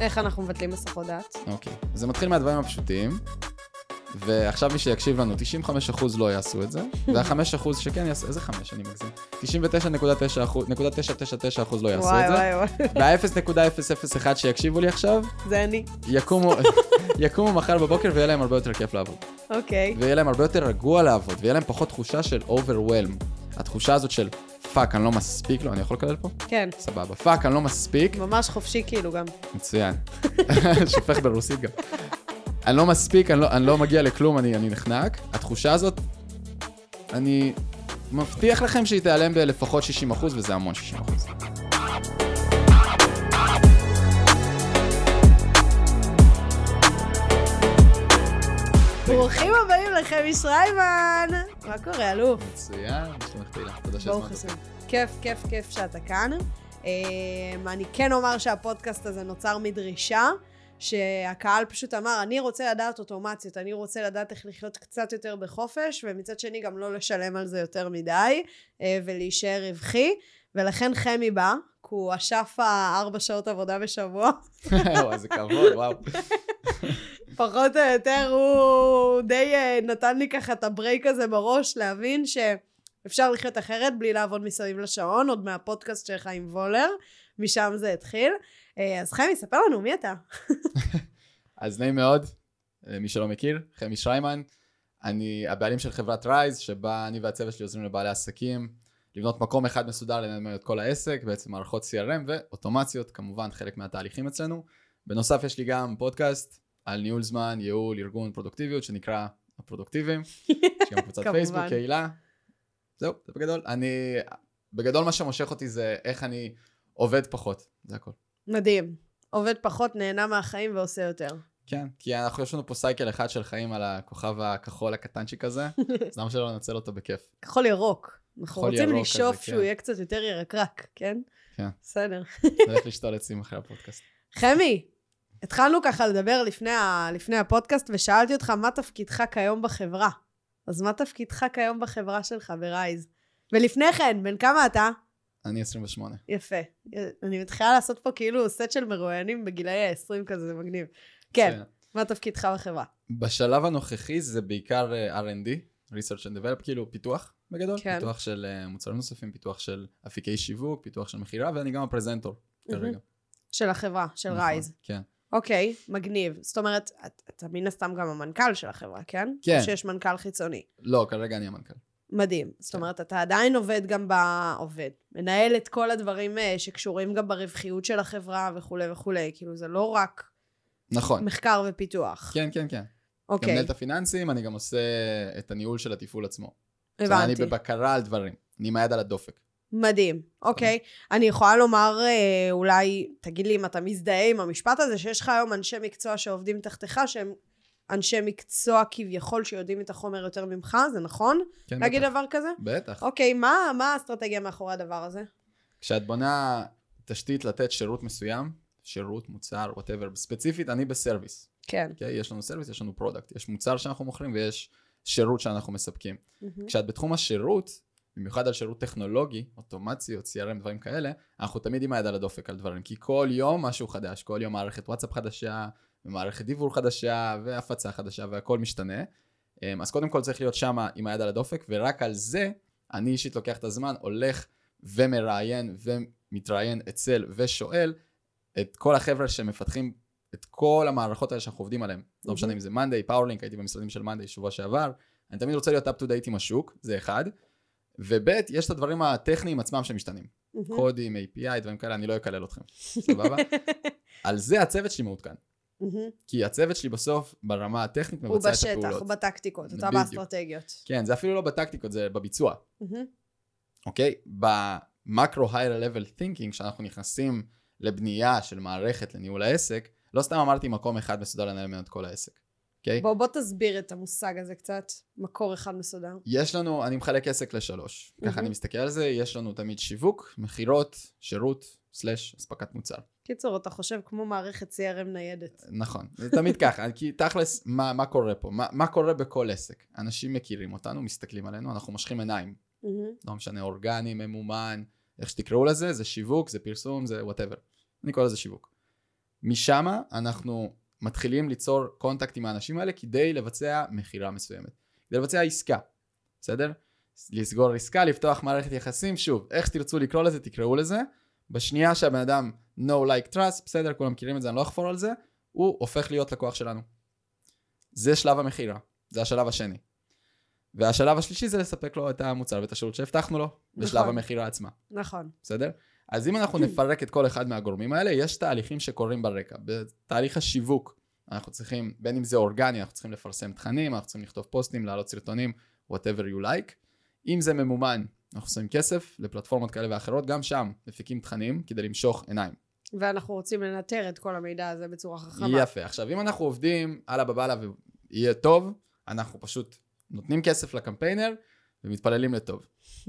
איך אנחנו מבטלים מסכות דעת? אוקיי, אז זה מתחיל מהדברים הפשוטים, ועכשיו מי שיקשיב לנו, 95% לא יעשו את זה, וה5% שכן יעשו, איזה 5 אני מגזים? 99.9% לא יעשו את זה, וה-0.001 שיקשיבו לי עכשיו, זה אני. יקומו מחר בבוקר ויהיה להם הרבה יותר כיף לעבוד. אוקיי. ויהיה להם הרבה יותר רגוע לעבוד, ויהיה להם פחות תחושה של overwhelm. התחושה הזאת של פאק, אני לא מספיק לו, אני יכול לקלל פה? כן. סבבה. פאק, אני לא מספיק. ממש חופשי כאילו גם. מצוין. שופך ברוסית גם. אני לא מספיק, אני לא מגיע לכלום, אני נחנק. התחושה הזאת, אני מבטיח לכם שהיא תיעלם בלפחות 60%, וזה המון 60%. ברוכים הבאים לחמי שריימן. מה קורה, אלוף? מצוין, שלומך תהילה. תודה שהזמנת אותי. כיף שאתה כאן. אני כן אומר שהפודקאסט הזה נוצר מדרישה, שהקהל פשוט אמר, אני רוצה לדעת אוטומציות, אני רוצה לדעת איך לחיות קצת יותר בחופש, ומצד שני גם לא לשלם על זה יותר מדי, ולהישאר רווחי, ולכן חמי בא, כי הוא אשף 4 שעות עבודה בשבוע. וואו, זה כבוד, וואו. פחות או יותר הוא די נתן לי ככה את הברייק הזה בראש, להבין שאפשר לחיות אחרת בלי לעבוד מסביב לשעון, עוד מהפודקאסט שלך עם וולר, משם זה התחיל. אז חמי, ספר לנו, מי אתה? אז נעים מאוד, מי שלא מכיר, חמי שריימן. אני הבעלים של חברת רייז, שבה אני והצוות שלי עוזרים לבעלי עסקים, לבנות מקום אחד מסודר לנהל את כל העסק, בעצם מערכות CRM ואוטומציות, כמובן חלק מהתהליכים אצלנו. בנוסף יש לי גם פודקאסט על ניהול זמן, ייעול, ארגון, פרודוקטיביות, שנקרא הפרודוקטיביים. יש גם קבוצת פייסבוק, קהילה. זהו, זה בגדול. בגדול מה שמושך אותי זה איך אני עובד פחות, זה הכל. מדהים. עובד פחות, נהנה מהחיים ועושה יותר. כן, כי יש לנו פה סייקל אחד של חיים על הכוכב הכחול הקטנצ'יק הזה, אז למה שלא ננצל אותו בכיף? כחול ירוק. אנחנו רוצים לשאוף שהוא יהיה קצת יותר ירקרק, כן? כן. בסדר. נלך לשתול עצים אחרי הפודקאסט. חמי, התחלנו ככה לדבר לפני הפודקאסט, ושאלתי אותך מה תפקידך כיום בחברה. אז מה תפקידך כיום בחברה שלך ברייז? ולפני כן, בין כמה אתה? אני 28. יפה. אני מתחילה לעשות פה כאילו סט של מרואיינים בגילאי ה-20 כזה, זה מגניב. כן, מה תפקידך בחברה? בשלב הנוכחי זה בעיקר R&D, Research and Develop, כאילו פיתוח בגדול. כן. פיתוח של מוצרים נוספים, פיתוח של אפיקי שיווק, פיתוח של מחירה, ואני גם הפרזנטור כרגע. של החברה, של רייז. כן. אוקיי, מגניב. זאת אומרת, אתה מן הסתם גם המנכ"ל של החברה, כן? כן. או שיש מנכ"ל חיצוני? לא, כרגע אני המנכ"ל. מדהים. זאת אומרת, אתה עדיין עובד גם מנהל את כל הדברים שקשורים גם ברווחיות של החברה וכו' וכו'. כאילו, זה לא רק מחקר ופיתוח. כן, כן, כן. אוקיי. גם מנהל את הפיננסים, אני גם עושה את הניהול של התפעול עצמו. הבנתי. אני בבקרה על דברים. אני עם היד על הדופק. מדהים. אוקיי. אני יכולה לומר, אולי, תגיד לי אם אתה מזדהה עם המשפט הזה, שיש לך היום אנשי מקצוע שעובדים תחתיך, שהם אנשי מקצוע כביכול שיודעים את החומר יותר ממך, זה נכון? כן, להגיד דבר כזה? בטח. אוקיי, מה האסטרטגיה מאחורי הדבר הזה? כשאת בונה תשתית לתת שירות מסוים, שירות, מוצר, whatever, ספציפית, אני בסרוויס. כן. Okay? יש לנו סרוויס, יש לנו פרודקט, יש מוצר שאנחנו מוכרים ויש שירות שאנחנו מספקים. כשאת בתחום השירות, במיוחד על שירות טכנולוגי, אוטומציות, CRM, דברים כאלה, אנחנו תמיד עם היד על הדופק על דברים, כי כל יום משהו חדש, כל יום מערכת וואטסאפ חדשה, ומערכת דיוור חדשה, והפצה חדשה, והכל משתנה. אז קודם כל צריך להיות שם עם היד על הדופק, ורק על זה, אני אישית לוקח את הזמן, הולך ומראיין ומתראיין אצל ושואל את כל החבר'ה שמפתחים את כל המערכות האלה שאנחנו עובדים עליהם. לא משנה אם זה Monday, PowerLink, הייתי במשרדים של Monday שבוע שעבר, אני תמיד רוצה להיות up to date עם השוק, זה אחד. ובית, יש את הדברים הטכניים עצמם שמשתנים. קודים, API, דברים כאלה, אני לא אקלל אתכם. סבבה? על זה הצוות שלי מעודכן. כי הצוות שלי בסוף, ברמה הטכנית, מבצע את הפעולות. הוא בשטח, בטקטיקות, אתה באסטרטגיות. כן, זה אפילו לא בטקטיקות, זה בביצוע. אוקיי? במקרו higher level thinking, שאנחנו נכנסים לבנייה של מערכת לניהול העסק, לא סתם אמרתי מקום אחד מסודר לנהל ממנו את כל העסק. Okay? בוא תסביר את המושג הזה קצת, מקור אחד מסודר. יש לנו, אני מחלק עסק ל3, ככה אני מסתכל על זה, יש לנו תמיד שיווק, מחירות, שירות, /הספקת מוצר. קיצור, אתה חושב כמו מערכת CRM ניידת. נכון, זה תמיד ככה, כי תכלס, מה קורה פה? מה קורה בכל עסק? אנשים מכירים אותנו, מסתכלים עלינו, אנחנו מושכים עיניים. לא משנה, אורגני, ממומן, איך שתקראו לזה, זה שיווק, זה פרסום, זה whatever. אני קורא לזה שיווק. משם אנחנו מתחילים ליצור קונטקט עם האנשים האלה כדי לבצע מחירה מסוימת. כדי לבצע עסקה, בסדר? לסגור עסקה, לפתוח מערכת יחסים, שוב, איך שתרצו לקרוא לזה, תקראו לזה. בשנייה שהבן אדם no like trust, בסדר, כולם מכירים את זה, אני לא אחפור על זה, הוא הופך להיות לקוח שלנו. זה שלב המחירה, זה השלב השני. והשלב השלישי זה לספק לו את המוצר ואת השירות שהבטחנו לו, בשלב המחירה עצמה. נכון. בסדר? אז אם אנחנו נפרק את כל אחד מהגורמים האלה, יש תהליכים שקורים ברקע. בתהליך השיווק, אנחנו צריכים, בין אם זה אורגני, אנחנו צריכים לפרסם תכנים, אנחנו צריכים לכתוב פוסטים, להעלות סרטונים, whatever you like. אם זה ממומן, אנחנו שמים כסף לפלטפורמות כאלה ואחרות, גם שם מפיקים תכנים כדי למשוך עיניים. ואנחנו רוצים לנטר את כל המידע הזה בצורה חכמה. יפה. עכשיו, אם אנחנו עובדים על הבבלה ויהיה טוב, אנחנו פשוט נותנים כסף לקמפיינר ומתפללים לטוב.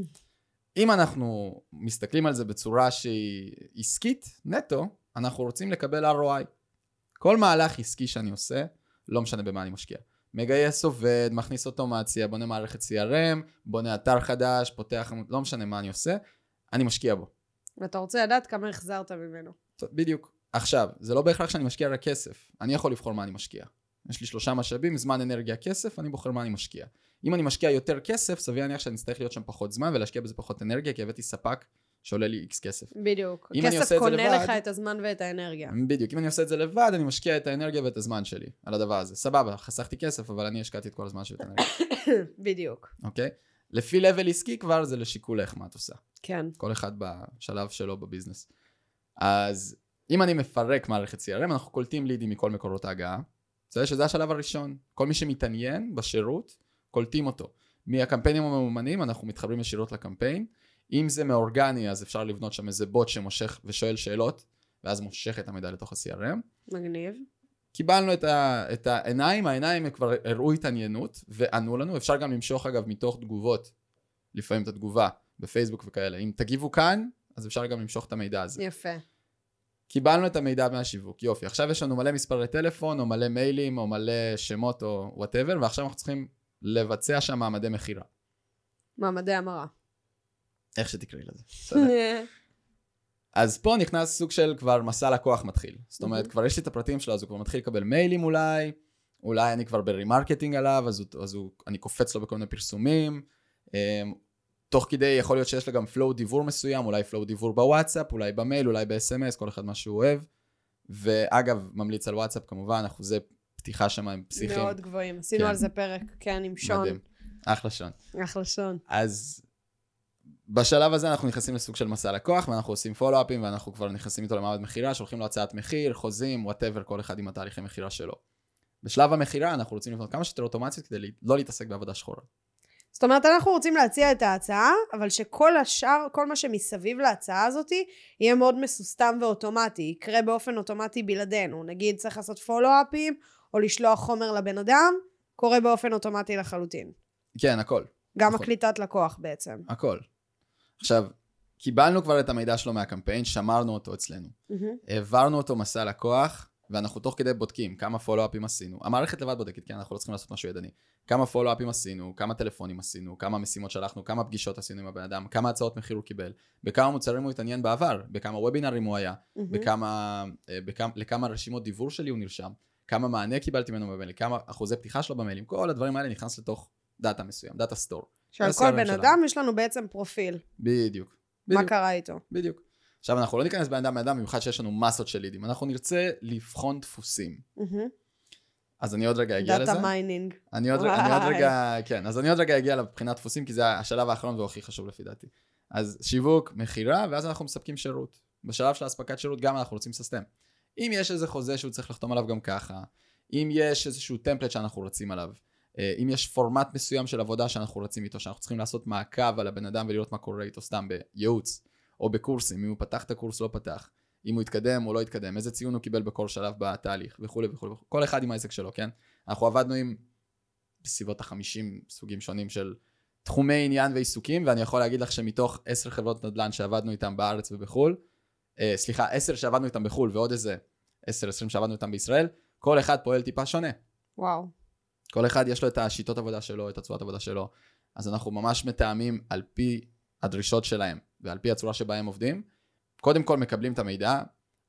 אם אנחנו מסתכלים על זה בצורה שהיא עסקית, נטו, אנחנו רוצים לקבל ROI. כל מהלך עסקי שאני עושה, לא משנה במה אני משקיע. מגייס עובד, מכניס אוטומציה, בונה מערכת CRM, בונה אתר חדש, פותח, לא משנה מה אני עושה, אני משקיע בו. ואתה רוצה לדעת כמה החזרת ממנו. בדיוק. עכשיו, זה לא בהכרח שאני משקיע רק כסף. אני יכול לבחור מה אני משקיע. יש לי 3 משאבים, זמן, אנרגיה, כסף, אני בוחר מה אני משקיע. אם אני משקיע יותר כסף, סביר להניח שאני אצטרך להיות שם פחות זמן ולהשקיע בזה פחות אנרגיה, כי הבאתי ספק שעולה לי X כסף. בדיוק. כסף קונה לך את הזמן ואת האנרגיה. בדיוק. אם אני עושה את זה לבד, אני משקיע את האנרגיה ואת הזמן שלי על הדבר הזה. סבבה, חסכתי כסף, אבל אני השקעתי את כל הזמן שלי ואת האנרגיה. בדיוק. אוקיי? לפי level עסקי כבר זה לשיקולך מה את עושה. כן. כל אחד בשלב שלו בביזנס. אז אם אני מפרק מערכת CRM, אנחנו קולטים לידים מכל מקורות ההגעה. שזה השלב הראשון. כל מי שמתעניין בשירות, קולטים אותו. מהקמפיינים הממומנים, אנחנו מתחברים ישירות לקמפיין. אם זה מאורגני, אז אפשר לבנות שם איזה בוט שמושך ושואל שאלות, ואז מושך את המידע לתוך ה-CRM. מגניב. קיבלנו את העיניים, העיניים כבר הראו התעניינות, וענו לנו. אפשר גם למשוך אגב מתוך תגובות, לפעמים את התגובה בפייסבוק וכאלה. אם תגיבו כאן, אז אפשר גם למשוך את המידע הזה. יפה. קיבלנו את המידע מהשיווק, יופי. עכשיו יש לנו מלא מספרי טלפון, או מלא מיילים, או מלא שמות, או whatever, ועכשיו אנחנו צריכים לבצע שם מעמדי מחירה. מעמדי המרה. איך שתקראי לזה. אז פה נכנס סוג של כבר מסע לקוח מתחיל. זאת אומרת, כבר יש לי את הפרטים שלו, אז הוא כבר מתחיל לקבל מיילים אולי אני כבר ברימרקטינג עליו, אז אני קופץ לו בכל מיני פרסומים, תוך כדי יכול להיות שיש לה גם פלואו דיבור מסוים, אולי פלואו דיבור בוואטסאפ, אולי במייל, אולי ב-SMS, כל אחד מה שהוא אוהב. ואגב, ממליץ על וואטסאפ כמובן, אחוזי פתיחה שם הם פסיכיים. מאוד גבוהים, עשינו על זה פרק, כן, עם שון. מדהים, אחלה שון. אחלה שון. אז בשלב הזה אנחנו נכנסים לסוג של מסע לקוח, ואנחנו עושים פולו-אפים, ואנחנו כבר נכנסים איתו למעמד מחירה, שולחים לו הצעת מחיר, חוזים, whatever, כל אחד עם התהליכי מחירה שלו. בשלב המחירה אנחנו רוצים לבנות כמה שיותר אוטומציות כדי לא להתעסק בעבודה שחורה. זאת אומרת, אנחנו רוצים להציע את ההצעה, אבל שכל השאר, כל מה שמסביב להצעה הזאת, יהיה מאוד מסוסתם ואוטומטי, יקרה באופן אוטומטי בלעדינו. נגיד, צריך לעשות פולו-אפים, או לשלוח חומר לבן אדם, קורה באופן אוטומטי לחלוטין. כן, הכל. גם הקליטת לקוח בעצם. הכל. עכשיו, קיבלנו כבר את המידע שלו מהקמפיין, שמרנו אותו אצלנו. העברנו אותו מסע לקוח, ואנחנו תוך כדי בודקים כמה פולו-אפים עשינו. המערכת לבד בודקת, כי אנחנו לא צריכים לעשות משהו ידני. כמה פולו-אפים עשינו, כמה טלפונים עשינו, כמה משימות שלחנו, כמה פגישות עשינו עם הבן אדם, כמה הצעות מחיר הוא קיבל, בכמה מוצרים הוא התעניין בעבר, בכמה וובינרים הוא היה, לכמה רשימות דיבור שלי הוא נרשם, כמה מענה קיבלתי ממנו במייל, כמה אחוזי פתיחה שלו במיילים, כל הדברים האלה נכנס לתוך דאטה מסוים, דאטה סטור. שעל כל בן אדם יש לנו בעצם פרופיל. בדיוק. מה קרה איתו? בדיוק. עכשיו אנחנו לא ניכנס בן אדם, במיוחד שיש לנו מסות של לידים, אנחנו נרצה לבחון דפוסים. אז אני עוד רגע אגיע לזה. דאטה מיינינג. אני עוד רגע, כן, אז אני עוד רגע אגיע לבחינת דפוסים, כי זה השלב האחרון והכי חשוב לפי דעתי. אז שיווק, מחירה, ואז אנחנו מספקים שירות. בשלב של הספקת שירות גם אנחנו רוצים סיסטם. אם יש איזה חוזה שהוא צריך לחתום עליו גם ככה, אם יש איזשהו טמפלט שאנחנו רצים עליו, אם יש פורמט מסוים של עבודה שאנחנו רצים איתו, שאנחנו צריכים לעשות מעקב על הבן אדם ולראות מה קורה איתו סתם בייעוץ, או בקורסים, אם הוא פתח את הקורס לא פתח, אם הוא התקדם או לא התקדם, איזה ציון הוא קיבל בכל שלב בתהליך וכו' וכו'. כל אחד עם העסק שלו, כן? אנחנו עבדנו עם בסביבות 50 סוגים שונים של תחומי עניין ועיסוקים, ואני יכול להגיד לך שמתוך 10 חברות נדל"ן שעבדנו איתם בארץ ובחול, 10 שעבדנו איתם בחול ועוד איזה 10-20 שעבדנו איתם בישראל, כל אחד פועל טיפה שונה. וואו. כל אחד יש לו את השיטות עבודה שלו, את הצורת עבודה שלו, אז אנחנו ממש מתאמים על פי הדרישות שלהם, ועל פי הצורה שבה הם עובדים. קודם כל מקבלים את המידע,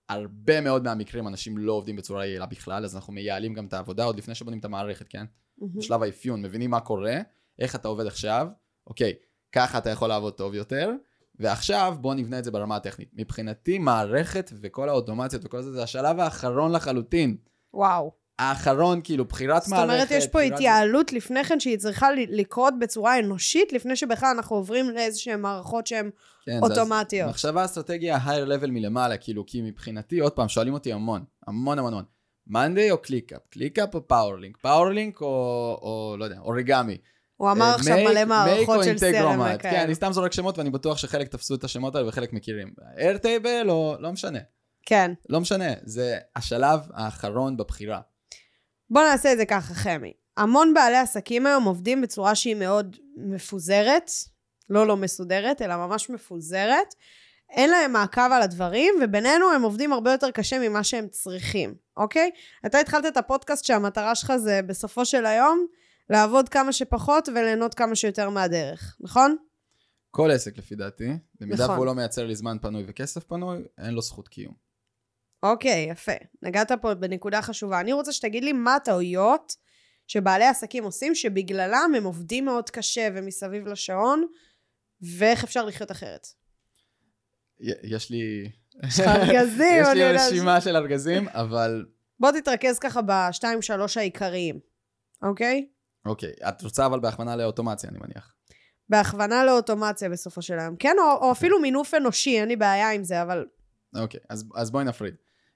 הרבה מאוד מהמקרים אנשים לא עובדים בצורה יעילה בכלל, אז אנחנו מייעלים גם את העבודה עוד לפני שבונים את המערכת, כן? בשלב האפיון, מבינים מה קורה, איך אתה עובד עכשיו, אוקיי, ככה אתה יכול לעבוד טוב יותר, ועכשיו בוא נבנה את זה ברמה הטכנית. מבחינתי מערכת וכל האוטומציות וכל זה, זה השלב האחרון לחלוטין. וואו. האחרון, כאילו, בחירת מערכת. זאת אומרת, יש פה התייעלות לפני כן שהיא צריכה לקרות בצורה אנושית, לפני שבכלל אנחנו עוברים לאיזשהם מערכות שהן אוטומטיות. מחשבה אסטרטגיה higher level מלמעלה, כאילו, כי מבחינתי, עוד פעם, שואלים אותי המון. Monday או ClickUp? ClickUp או PowerLink? PowerLink או לא יודע, אוריגמי? הוא אמר עכשיו מלא מערכות של CRM וכאלה. כן, אני סתם זורק שמות ואני בטוח שחלק תפסו את השמות האלה וחלק מכירים. Airtable או לא משנה. כן. לא משנה, זה השלב האחרון בבחירה. בוא נעשה את זה ככה, חמי. המון בעלי עסקים היום עובדים בצורה שהיא מאוד מפוזרת, לא מסודרת, אלא ממש מפוזרת. אין להם מעקב על הדברים, ובינינו הם עובדים הרבה יותר קשה ממה שהם צריכים, אוקיי? אתה התחלת את הפודקאסט שהמטרה שלך זה בסופו של היום, לעבוד כמה שפחות וליהנות כמה שיותר מהדרך, נכון? כל עסק לפי דעתי, במידה נכון. והוא לא מייצר לי זמן פנוי וכסף פנוי, אין לו זכות קיום. אוקיי, יפה. נגעת פה בנקודה חשובה. אני רוצה שתגיד לי מה הטעויות שבעלי עסקים עושים, שבגללם הם עובדים מאוד קשה ומסביב לשעון, ואיך אפשר לחיות אחרת. יש לי... ארגזים. יש לי רשימה של ארגזים, אבל... בוא תתרכז ככה ב2-3 העיקריים, אוקיי? אוקיי, את רוצה אבל בהכוונה לאוטומציה, אני מניח. בהכוונה לאוטומציה בסופו של היום. כן, או אפילו מינוף אנושי, אין לי בעיה עם זה, אבל... אוקיי, אז בואי נפריד.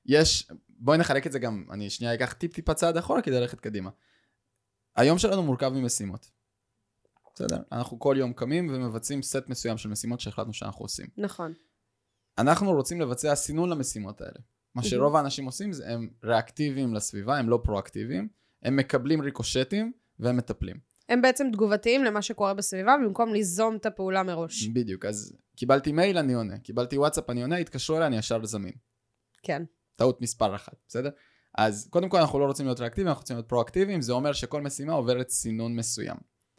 בואי נחלק את זה גם, אני שנייה אקח טיפ צעד אחורה כדי ללכת קדימה. היום שלנו מורכב ממשימות. בסדר? אנחנו כל יום קמים ומבצעים סט מסוים של משימות שהחלטנו שאנחנו עושים. נכון. אנחנו רוצים לבצע סינון למשימות האלה. מה שרוב האנשים עושים זה הם ריאקטיביים לסביבה, הם לא פרואקטיביים, הם מקבלים ריקושטים והם מטפלים. הם בעצם תגובתיים למה שקורה בסביבה, במקום ליזום את הפעולה מראש. בדיוק, אז קיבלתי מייל, אני עונה. קיבלתי וואטסאפ, אני עונה, התקשרו אליי, אני ישר זמין. כן. טעות מספר 1, בסדר? אז קודם כל אנחנו לא רוצים להיות ריאקטיביים, אנחנו רוצים להיות פרואקטיביים, זה אומר שכל משימה עוברת סינון מסוים.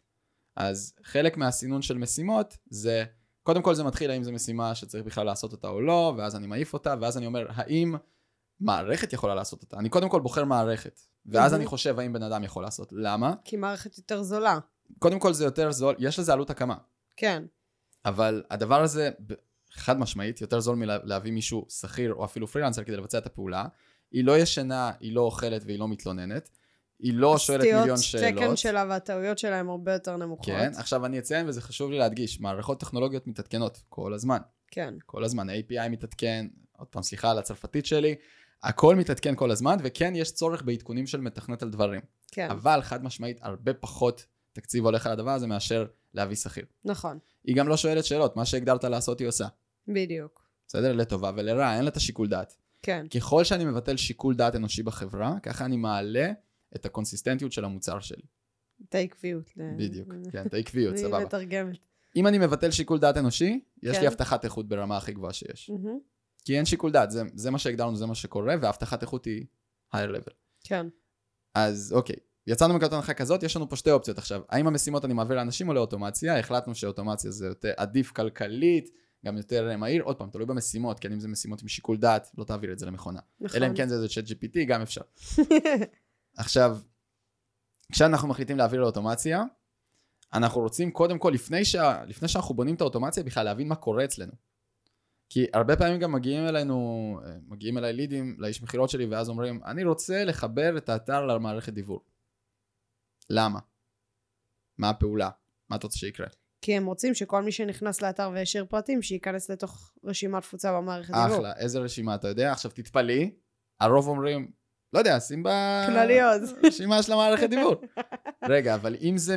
אז חלק מהסינון של משימות זה, קודם כל זה מתחיל האם זו משימה שצריך בכלל לעשות אותה או לא, ואז אני מעיף אותה, ואז אני אומר, האם מערכת יכולה לעשות אותה? אני קודם כל בוחר מערכת, ואז אני חושב האם בן אדם יכול לעשות. למה? כי מערכת יותר זולה. קודם כל זה יותר זול, יש לזה עלות הקמה. כן. אבל הדבר הזה, חד משמעית, יותר זול מלהביא מישהו שכיר או אפילו פרילנסר כדי לבצע את הפעולה. היא לא ישנה, היא לא אוכלת והיא לא מתלוננת. היא לא שואלת מיליון שאלות. תקן שלה והטעויות שלה הן הרבה יותר נמוכות. כן, עכשיו אני אציין וזה חשוב לי להדגיש, מערכות טכנולוגיות מתעדכנות כל הזמן. כן. כל הזמן, ה-API מתעדכן, עוד פעם סליחה על הצרפתית שלי, הכל מתעדכן כל הזמן, וכן יש צורך בעדכונים של מתכנת על דברים. כן. אבל חד משמעית, הרבה פחות תקציב הולך על הדבר הזה מאשר להביא שכיר. נכון. היא גם לא שואלת שאלות, מה שהגדרת לעשות היא עושה. בדיוק. בסדר? לטובה ולרע, אין לה את השיקול דעת. כן. ככל שאני מבטל שיקול דעת אנושי בחברה, ככה אני מעלה את הקונסיסטנטיות של המוצר שלי. את העקביות. בדיוק, כן, את העקביות, סבבה. אני מתרגמת. אם אני מבטל שיקול דעת אנושי, יש לי הבטחת איכות ברמה הכי גבוהה שיש. כי אין שיקול דעת, זה מה שהגדרנו, זה מה שקורה, והבטחת איכות היא higher level. כן. אז אוקיי, יצאנו מכאן הנחה כזאת, יש לנו פה שתי אופציות עכשיו. האם המשימות אני מעביר לאנשים או לאוטומציה? החלטנו שאוטומציה זה יותר עדיף כלכלית, גם יותר מהיר. עוד פעם, תלוי במשימות, כי אם זה משימות עם שיקול דעת, לא תעביר את זה למכונה. נכון. אלא אם כן זה ChatGPT, גם אפשר. עכשיו, כשאנחנו מחליטים להעביר לאוטומציה, אנחנו רוצים קודם כל, לפני שאנחנו בונים את האוטומציה, בכלל להבין מה קורה אצלנו. כי הרבה פעמים גם מגיעים אליי לידים, לאיש מחירות שלי, ואז אומרים, אני רוצה לחבר את האתר למערכת דיוור. למה? מה הפעולה? מה אתה רוצה שיקרה? כי הם רוצים שכל מי שנכנס לאתר וישאיר פרטים, שייכנס לתוך רשימה תפוצה במערכת דיוור. אחלה, איזה רשימה אתה יודע? עכשיו תתפלאי, הרוב אומרים, לא יודע, שים כלליות. רשימה של המערכת דיוור. רגע, אבל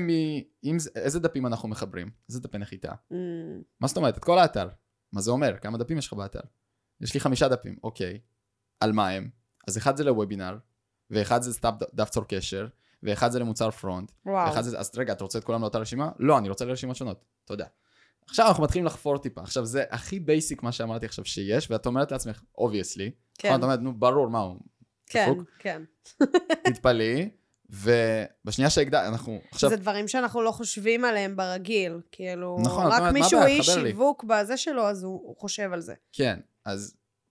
איזה דפים אנחנו מחברים? איזה דפי נחיתה? מה זאת אומרת? את כל האתר. מה זה אומר? כמה דפים יש לך באתר? יש לי 5 דפים, אוקיי. על מה הם? אז אחד זה לוובינר, ואחד זה סתם דף צור קשר, ואחד זה למוצר פרונט. אז רגע, אתה רוצה את כולם לאותה רשימה? לא, אני רוצה לרשימות שונות. תודה. עכשיו אנחנו מתחילים לחפור טיפה. עכשיו זה הכי בייסיק מה שאמרתי עכשיו שיש, ואת אומרת לעצמך, obviously. כן. את אומרת, נו, ברור, מה הוא? כן, כן. תתפלאי, ובשנייה שהגדל, אנחנו עכשיו... זה דברים שאנחנו לא חושבים עליהם ברגיל, כאילו, נכון, רק מישהו איש שיווק בזה שלו, אז הוא חושב על זה. כן, אז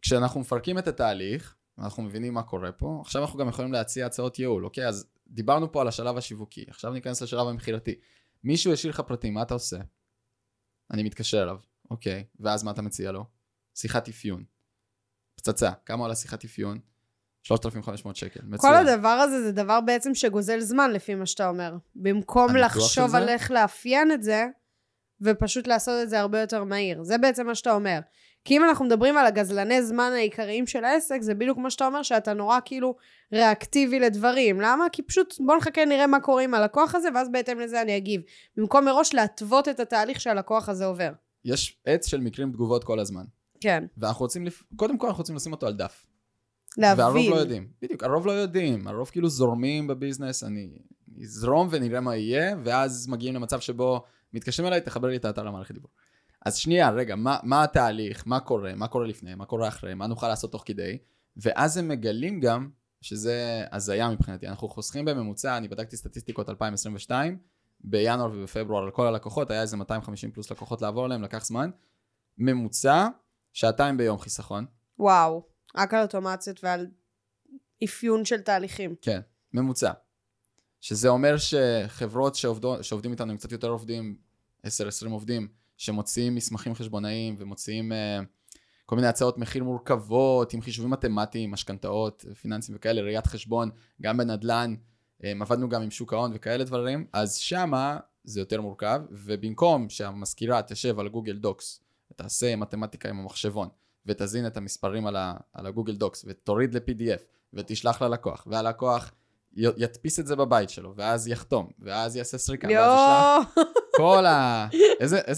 כשאנחנו מפרקים את התהליך, אנחנו מבינים מה קורה פה, עכשיו אנחנו גם יכולים להציע הצעות ייעול, אוקיי? אז דיברנו פה על השלב השיווקי, עכשיו ניכנס לשלב המחירתי. מישהו השאיר לך פרטים, מה אתה עושה? אני מתקשר אליו, אוקיי, ואז מה אתה מציע לו? שיחת אפיון. פצצה, כמה עולה שיחת אפיון? 3,500 שקל. כל הדבר הזה זה דבר בעצם שגוזל זמן לפי מה שאתה אומר. במקום לחשוב על איך לאפיין את זה, ופשוט לעשות את זה הרבה יותר מהיר. זה בעצם מה שאתה אומר. כי אם אנחנו מדברים על הגזלני זמן העיקריים של העסק, זה בדיוק כמו שאתה אומר, שאתה נורא כאילו ריאקטיבי לדברים. למה? כי פשוט בוא נחכה נראה מה קורה עם הלקוח הזה, ואז בהתאם לזה אני אגיב. במקום מראש להתוות את התהליך שהלקוח הזה עובר. יש עץ של מקרים תגובות כל הזמן. כן. ואנחנו רוצים, קודם כל אנחנו רוצים לשים אותו על דף. להבין. והרוב לא יודעים. בדיוק, הרוב לא יודעים. הרוב כאילו זורמים בביזנס, אני אזרום ונראה מה יהיה, ואז מגיעים למצב שבו מתקשרים אליי, תחבר לי את האתר למערכת דיבור. אז שנייה, רגע, מה התהליך, מה קורה לפני, מה קורה אחרי, מה נוכל לעשות תוך כדי, ואז הם מגלים גם, שזה הזיה מבחינתי, אנחנו חוסכים בממוצע, אני בדקתי סטטיסטיקות 2022, בינואר ובפברואר על כל הלקוחות, היה איזה 250 פלוס לקוחות לעבור עליהם, לקח זמן, ממוצע, 2 ביום חיסכון. וואו, רק על אוטומציות ועל אפיון של תהליכים. כן, ממוצע. שזה אומר שחברות שעובדים איתנו, עם קצת יותר עובדים, 10-20 עובדים, שמוציאים מסמכים חשבונאיים ומוציאים כל מיני הצעות מחיר מורכבות, עם חישובים מתמטיים, משכנתאות, פיננסים וכאלה, ראיית חשבון, גם בנדלן, עבדנו גם עם שוק ההון וכאלה דברים, אז שמה זה יותר מורכב, ובמקום שהמזכירה תשב על גוגל דוקס, ותעשה מתמטיקה עם המחשבון, ותזין את המספרים על הגוגל דוקס, ותוריד ל-PDF, ותשלח ללקוח, והלקוח ידפיס את זה בבית שלו, ואז יחתום, ואז יעשה סריקה, ואז ישלח כל איזה...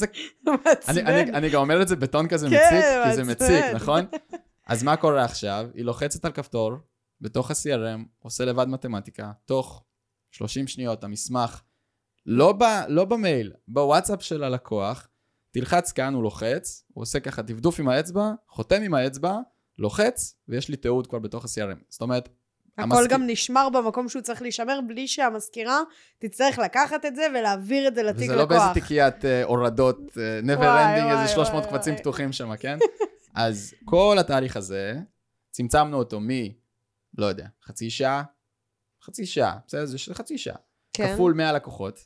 אני גם אומר את זה בטון כזה מציק, כי זה מציק, נכון? אז מה קורה עכשיו? היא לוחצת על כפתור, בתוך ה-CRM, עושה לבד מתמטיקה, תוך 30 שניות, המסמך, לא במייל, בוואטסאפ של הלקוח, תלחץ כאן, הוא לוחץ, הוא עושה ככה, תבדוף עם האצבע, חותם עם האצבע, לוחץ, ויש לי תיעוד כבר בתוך ה-CRM. זאת אומרת, הכל גם נשמר במקום שהוא צריך להישמר, בלי שהמזכירה תצטרך לקחת את זה ולהעביר את זה לתיק לקוח. וזה לא באיזה תיקיית הורדות, never ending, איזה 300 קבצים פתוחים שם, כן? אז כל התהליך הזה, צמצמנו אותו לא יודע, חצי שעה, בסדר, זה חצי שעה. כפול 100 לקוחות,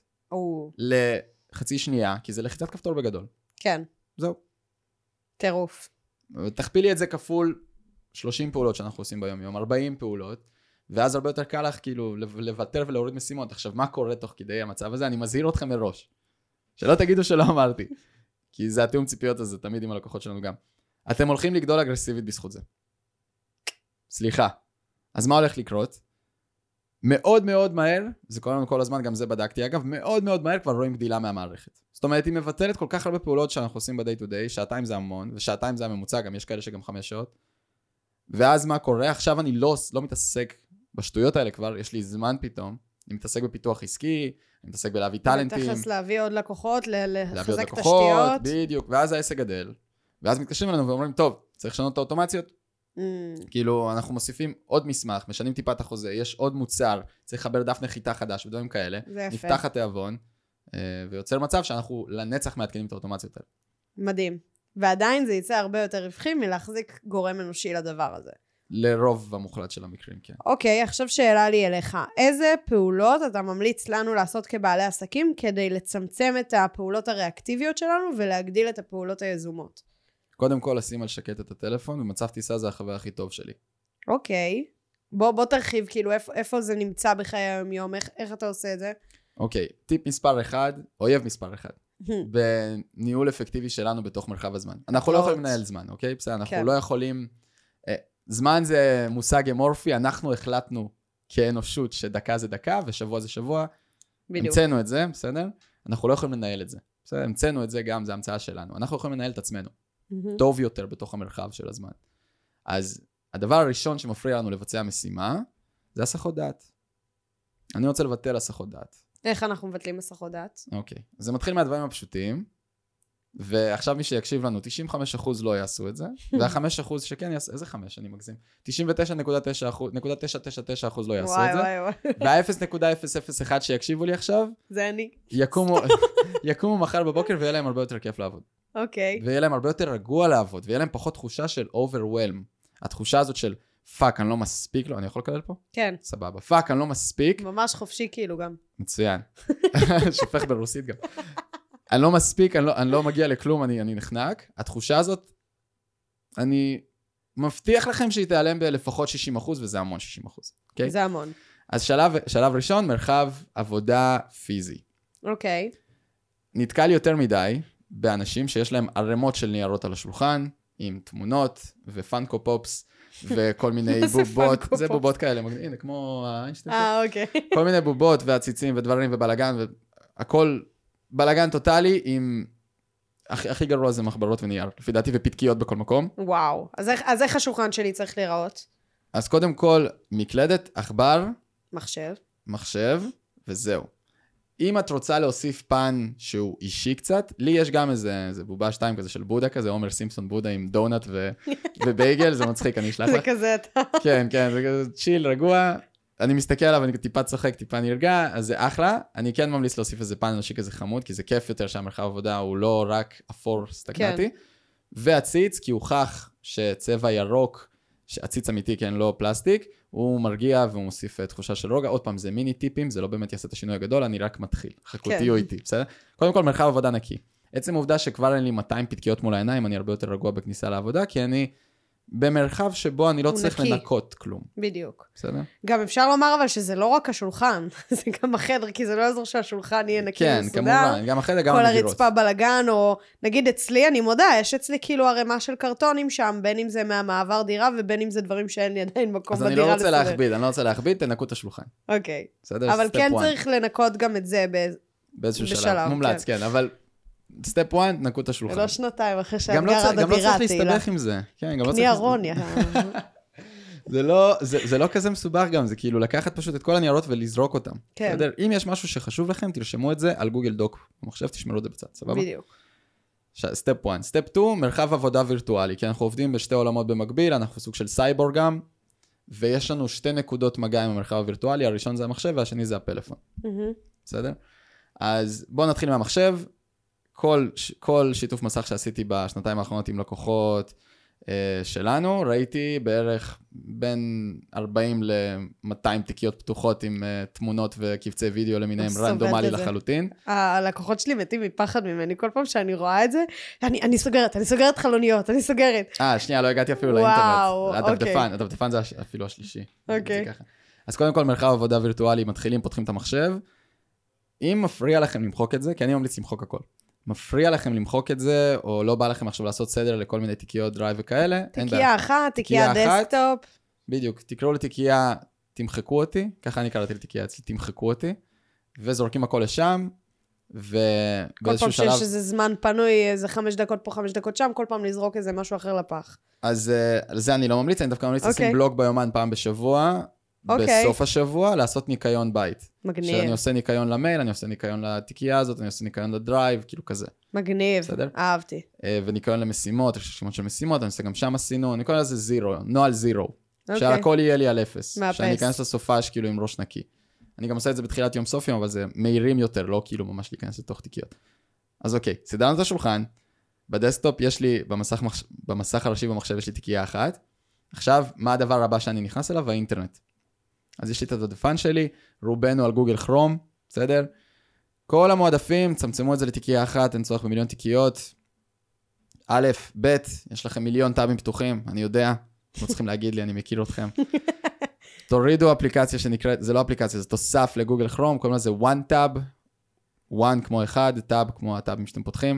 לחצי שנייה, כי זה לחיצת כפתור בגדול. כן. זהו. טירוף. תכפילי את זה כפול 30 פעולות שאנחנו עושים ביום יום, 40 פעולות, ואז הרבה יותר קל לך כאילו לוותר ולהוריד משימות. עכשיו, מה קורה תוך כדי המצב הזה? אני מזהיר אתכם מראש. שלא תגידו שלא אמרתי. כי זה התיאום ציפיות הזה, תמיד עם הלקוחות שלנו גם. אתם הולכים לגדול אגרסיבית בזכות זה. סליחה. אז מה הולך לקרות? מאוד מאוד מהר, זה קורה לנו כל הזמן, גם זה בדקתי אגב, מאוד מאוד מהר כבר רואים גדילה מהמערכת. זאת אומרת, היא מבטלת כל כך הרבה פעולות שאנחנו עושים ב-day to day, שעתיים זה המון, ושעתיים זה הממוצע, גם יש כאלה שגם 5 שעות. ואז מה קורה? עכשיו אני לא מתעסק בשטויות האלה כבר, יש לי זמן פתאום, אני מתעסק בפיתוח עסקי, אני מתעסק בלהביא טלנטים. תכף להביא עוד לקוחות, לחזק תשתיות. בדיוק, ואז העסק גדל, ואז מתקשרים אלינו ואומרים, טוב, צריך לשנות את האוטומציות. כאילו, אנחנו מוסיפים עוד מסמך, משנים טיפה את החוזה, יש עוד מוצר, צריך לחבר דף נחיתה חדש ודברים כאלה. נפתח התיאבון, ויוצר מצב שאנחנו לנצח מעדכנים את האוטומציות האלה. מדהים. ועדיין זה יצא הרבה יותר רווחי מלהחזיק גורם אנושי לדבר הזה. לרוב המוחלט של המקרים, כן. אוקיי, עכשיו שאלה לי אליך. איזה פעולות אתה ממליץ לנו לעשות כבעלי עסקים כדי לצמצם את הפעולות הריאקטיביות שלנו ולהגדיל את הפעולות היזומות? קודם כל, לשים על שקט את הטלפון, ומצב טיסה זה החבר הכי טוב שלי. אוקיי. בוא תרחיב, כאילו, איפה זה נמצא בחיי היום-יום, איך אתה עושה את זה? אוקיי, טיפ מספר 1, אויב מספר 1. בניהול אפקטיבי שלנו בתוך מרחב הזמן. אנחנו לא יכולים לנהל זמן, אוקיי? בסדר, אנחנו לא יכולים... זמן זה מושג אמורפי, אנחנו החלטנו כאנושות שדקה זה דקה ושבוע זה שבוע. המצאנו את זה, בסדר? אנחנו לא יכולים לנהל את זה. בסדר, המצאנו את זה גם, זה המצאה שלנו. אנחנו יכולים לנהל את עצמנו. טוב יותר בתוך המרחב של הזמן. אז הדבר הראשון שמפריע לנו לבצע משימה, זה הסחות דעת. אני רוצה לבטל הסחות דעת. איך אנחנו מבטלים הסחות דעת? אוקיי. אז זה מתחיל מהדברים הפשוטים, ועכשיו מי שיקשיב לנו, 95% לא יעשו את זה, וה5% שכן יעשו, איזה 5 אני מגזים? 99.9% לא יעשו את זה, וה-0.001 שיקשיבו לי עכשיו, זה אני. יקומו מחר בבוקר ויהיה להם הרבה יותר כיף לעבוד. אוקיי. ויהיה להם הרבה יותר רגוע לעבוד, ויהיה להם פחות תחושה של overwhelm. התחושה הזאת של פאק, אני לא מספיק לו, אני יכול לקלל פה? כן. סבבה. פאק, אני לא מספיק. ממש חופשי כאילו גם. מצוין. שופך ברוסית גם. אני לא מספיק, אני לא מגיע לכלום, אני נחנק. התחושה הזאת, אני מבטיח לכם שהיא תיעלם בלפחות 60%, וזה המון 60%. Okay? זה המון. אז שלב ראשון, מרחב עבודה פיזי. אוקיי. נתקל יותר מדי באנשים שיש להם ערימות של ניירות על השולחן, עם תמונות ופאנקו פופס, וכל מיני בובות. זה בובות כאלה, הנה, כמו האיינשטיין. אוקיי. כל מיני בובות ועציצים ודברים ובלגן, והכל בלגן טוטלי עם... הכי גרוע זה מחברות ונייר, לפי דעתי, ופתקיות בכל מקום. וואו. אז איך השולחן שלי צריך להיראות? אז קודם כל, מקלדת, עכבר, מחשב, וזהו. אם את רוצה להוסיף פן שהוא אישי קצת, לי יש גם איזה בובה 2 כזה של בודה כזה, עומר סימפסון בודה עם דונט ובייגל, זה מצחיק, אני אשלח לך. זה כזה אתה. כן, זה כזה צ'יל, רגוע. אני מסתכל עליו, אני טיפה צוחק, טיפה נרגע, אז זה אחלה. אני כן ממליץ להוסיף איזה פן אנושי כזה חמוד, כי זה כיף יותר שהמרחב עבודה הוא לא רק אפור סטגנטי. והציץ, כי הוכח שצבע ירוק, הציץ אמיתי, כן, לא פלסטיק, הוא מרגיע והוא מוסיף תחושה של רוגע. עוד פעם, זה מיני טיפים, זה לא באמת יעשה את השינוי הגדול, אני רק מתחיל. חכו, תהיו איתי, בסדר? קודם כל, מרחב עבודה נקי. עצם העובדה שכבר אין לי 200 פתקיות מול העיניים, אני הרבה יותר רגוע בכניסה לעבודה, כי אני במרחב שבו אני לא צריך לנקות כלום. בדיוק. בסדר? גם אפשר לומר אבל שזה לא רק השולחן, זה גם החדר, כי זה לא יעזור שהשולחן יהיה נקי ומסודר. כן, כמובן, גם החדר, גם המגירות. כל הרצפה בלגן, או נגיד אצלי, אני מודה, יש אצלי כאילו הרמה של קרטונים שם, בין אם זה מהמעבר דירה, ובין אם זה דברים שאין לי עדיין מקום בדירה לסדר. אז אני לא רוצה להכביד, תנקו את השולחן. אוקיי. בסדר? אבל כן צריך לנקות גם את זה באיזשהו שלב. מומלץ, כן, אבל סטפ 1, נקו את השולחן. לא שנתיים אחרי שאת גרה בדירה, גם לא צריך להסתבך עם זה. קני ארוניה. זה לא כזה מסובך גם, זה כאילו לקחת פשוט את כל הניירות ולזרוק אותם. כן. אם יש משהו שחשוב לכם, תרשמו את זה על גוגל דוק. במחשב תשמרו את זה בצד, סבבה? בדיוק. סטפ 1. סטפ 2, מרחב עבודה וירטואלי, כי אנחנו עובדים בשתי עולמות במקביל, אנחנו סוג של סייבורג גם, ויש לנו 2 נקודות מגע עם המרחב הווירטואלי, הראשון זה המחשב והשני זה הפלאפון. בסדר? אז בואו נתחיל מהמחשב. כל שיתוף מסך שעשיתי בשנתיים האחרונות עם לקוחות שלנו, ראיתי בערך בין 40 ל-200 תיקיות פתוחות עם תמונות וקבצי וידאו למיניהם רנדומלי לחלוטין. הלקוחות שלי מתים מפחד ממני, כל פעם שאני רואה את זה, אני סוגרת חלוניות, אני סוגרת. שנייה, לא הגעתי אפילו לאינטרנט. הדפדפן זה אפילו השלישי. אוקיי. אז קודם כל מרחב עבודה וירטואלי, מתחילים, פותחים את המחשב. אם מפריע לכם למחוק את זה, כי אני ממליץ למחוק הכל. מפריע לכם למחוק את זה, או לא בא לכם עכשיו לעשות סדר לכל מיני תיקיות דרייב וכאלה. תיקייה אחת, תיקייה דסקטופ. בדיוק, תקראו לתיקייה, תמחקו אותי, ככה אני קראתי לתיקייה אצלי, תמחקו אותי, וזורקים הכל לשם, ובאיזשהו שלב... כל פעם שיש איזה זמן פנוי, איזה 5 דקות פה, 5 דקות שם, כל פעם לזרוק איזה משהו אחר לפח. אז על זה אני לא ממליץ, אני דווקא ממליץ לשים בלוג ביומן פעם בשבוע, בסוף השבוע, לעשות ניקיון בית. מגניב. שאני עושה ניקיון למייל, אני עושה ניקיון לתיקייה הזאת, אני עושה ניקיון לדרייב, כאילו כזה. מגניב, אהבתי. וניקיון למשימות, יש שמות של משימות, אני עושה גם שם עשינו, אני קורא לזה זירו, נועל זירו. שהכל יהיה לי על 0. שאני אכנס לסופש כאילו עם ראש נקי. אני גם עושה את זה בתחילת יום סוף יום, אבל זה מהירים יותר, לא כאילו ממש להיכנס לתוך תיקיות. אז אוקיי, סידרנו את השולחן, בדסקטופ יש לי, במסך הראשי במחשב יש לי תיקייה אחת. עכשיו, מה הדבר הבא שאני נכנס אליו? האינטרנט. אז יש לי את הדפדפן שלי, רובנו על גוגל כרום, בסדר? כל המועדפים, צמצמו את זה לתיקייה אחת, אין צורך במיליון תיקיות. א', ב', יש לכם מיליון טאבים פתוחים, אני יודע, לא צריכים להגיד לי, אני מכיר אתכם. תורידו אפליקציה שנקראת, זה לא אפליקציה, זה תוסף לגוגל כרום, קוראים לזה one tab, one כמו אחד, tab כמו הטאבים שאתם פותחים,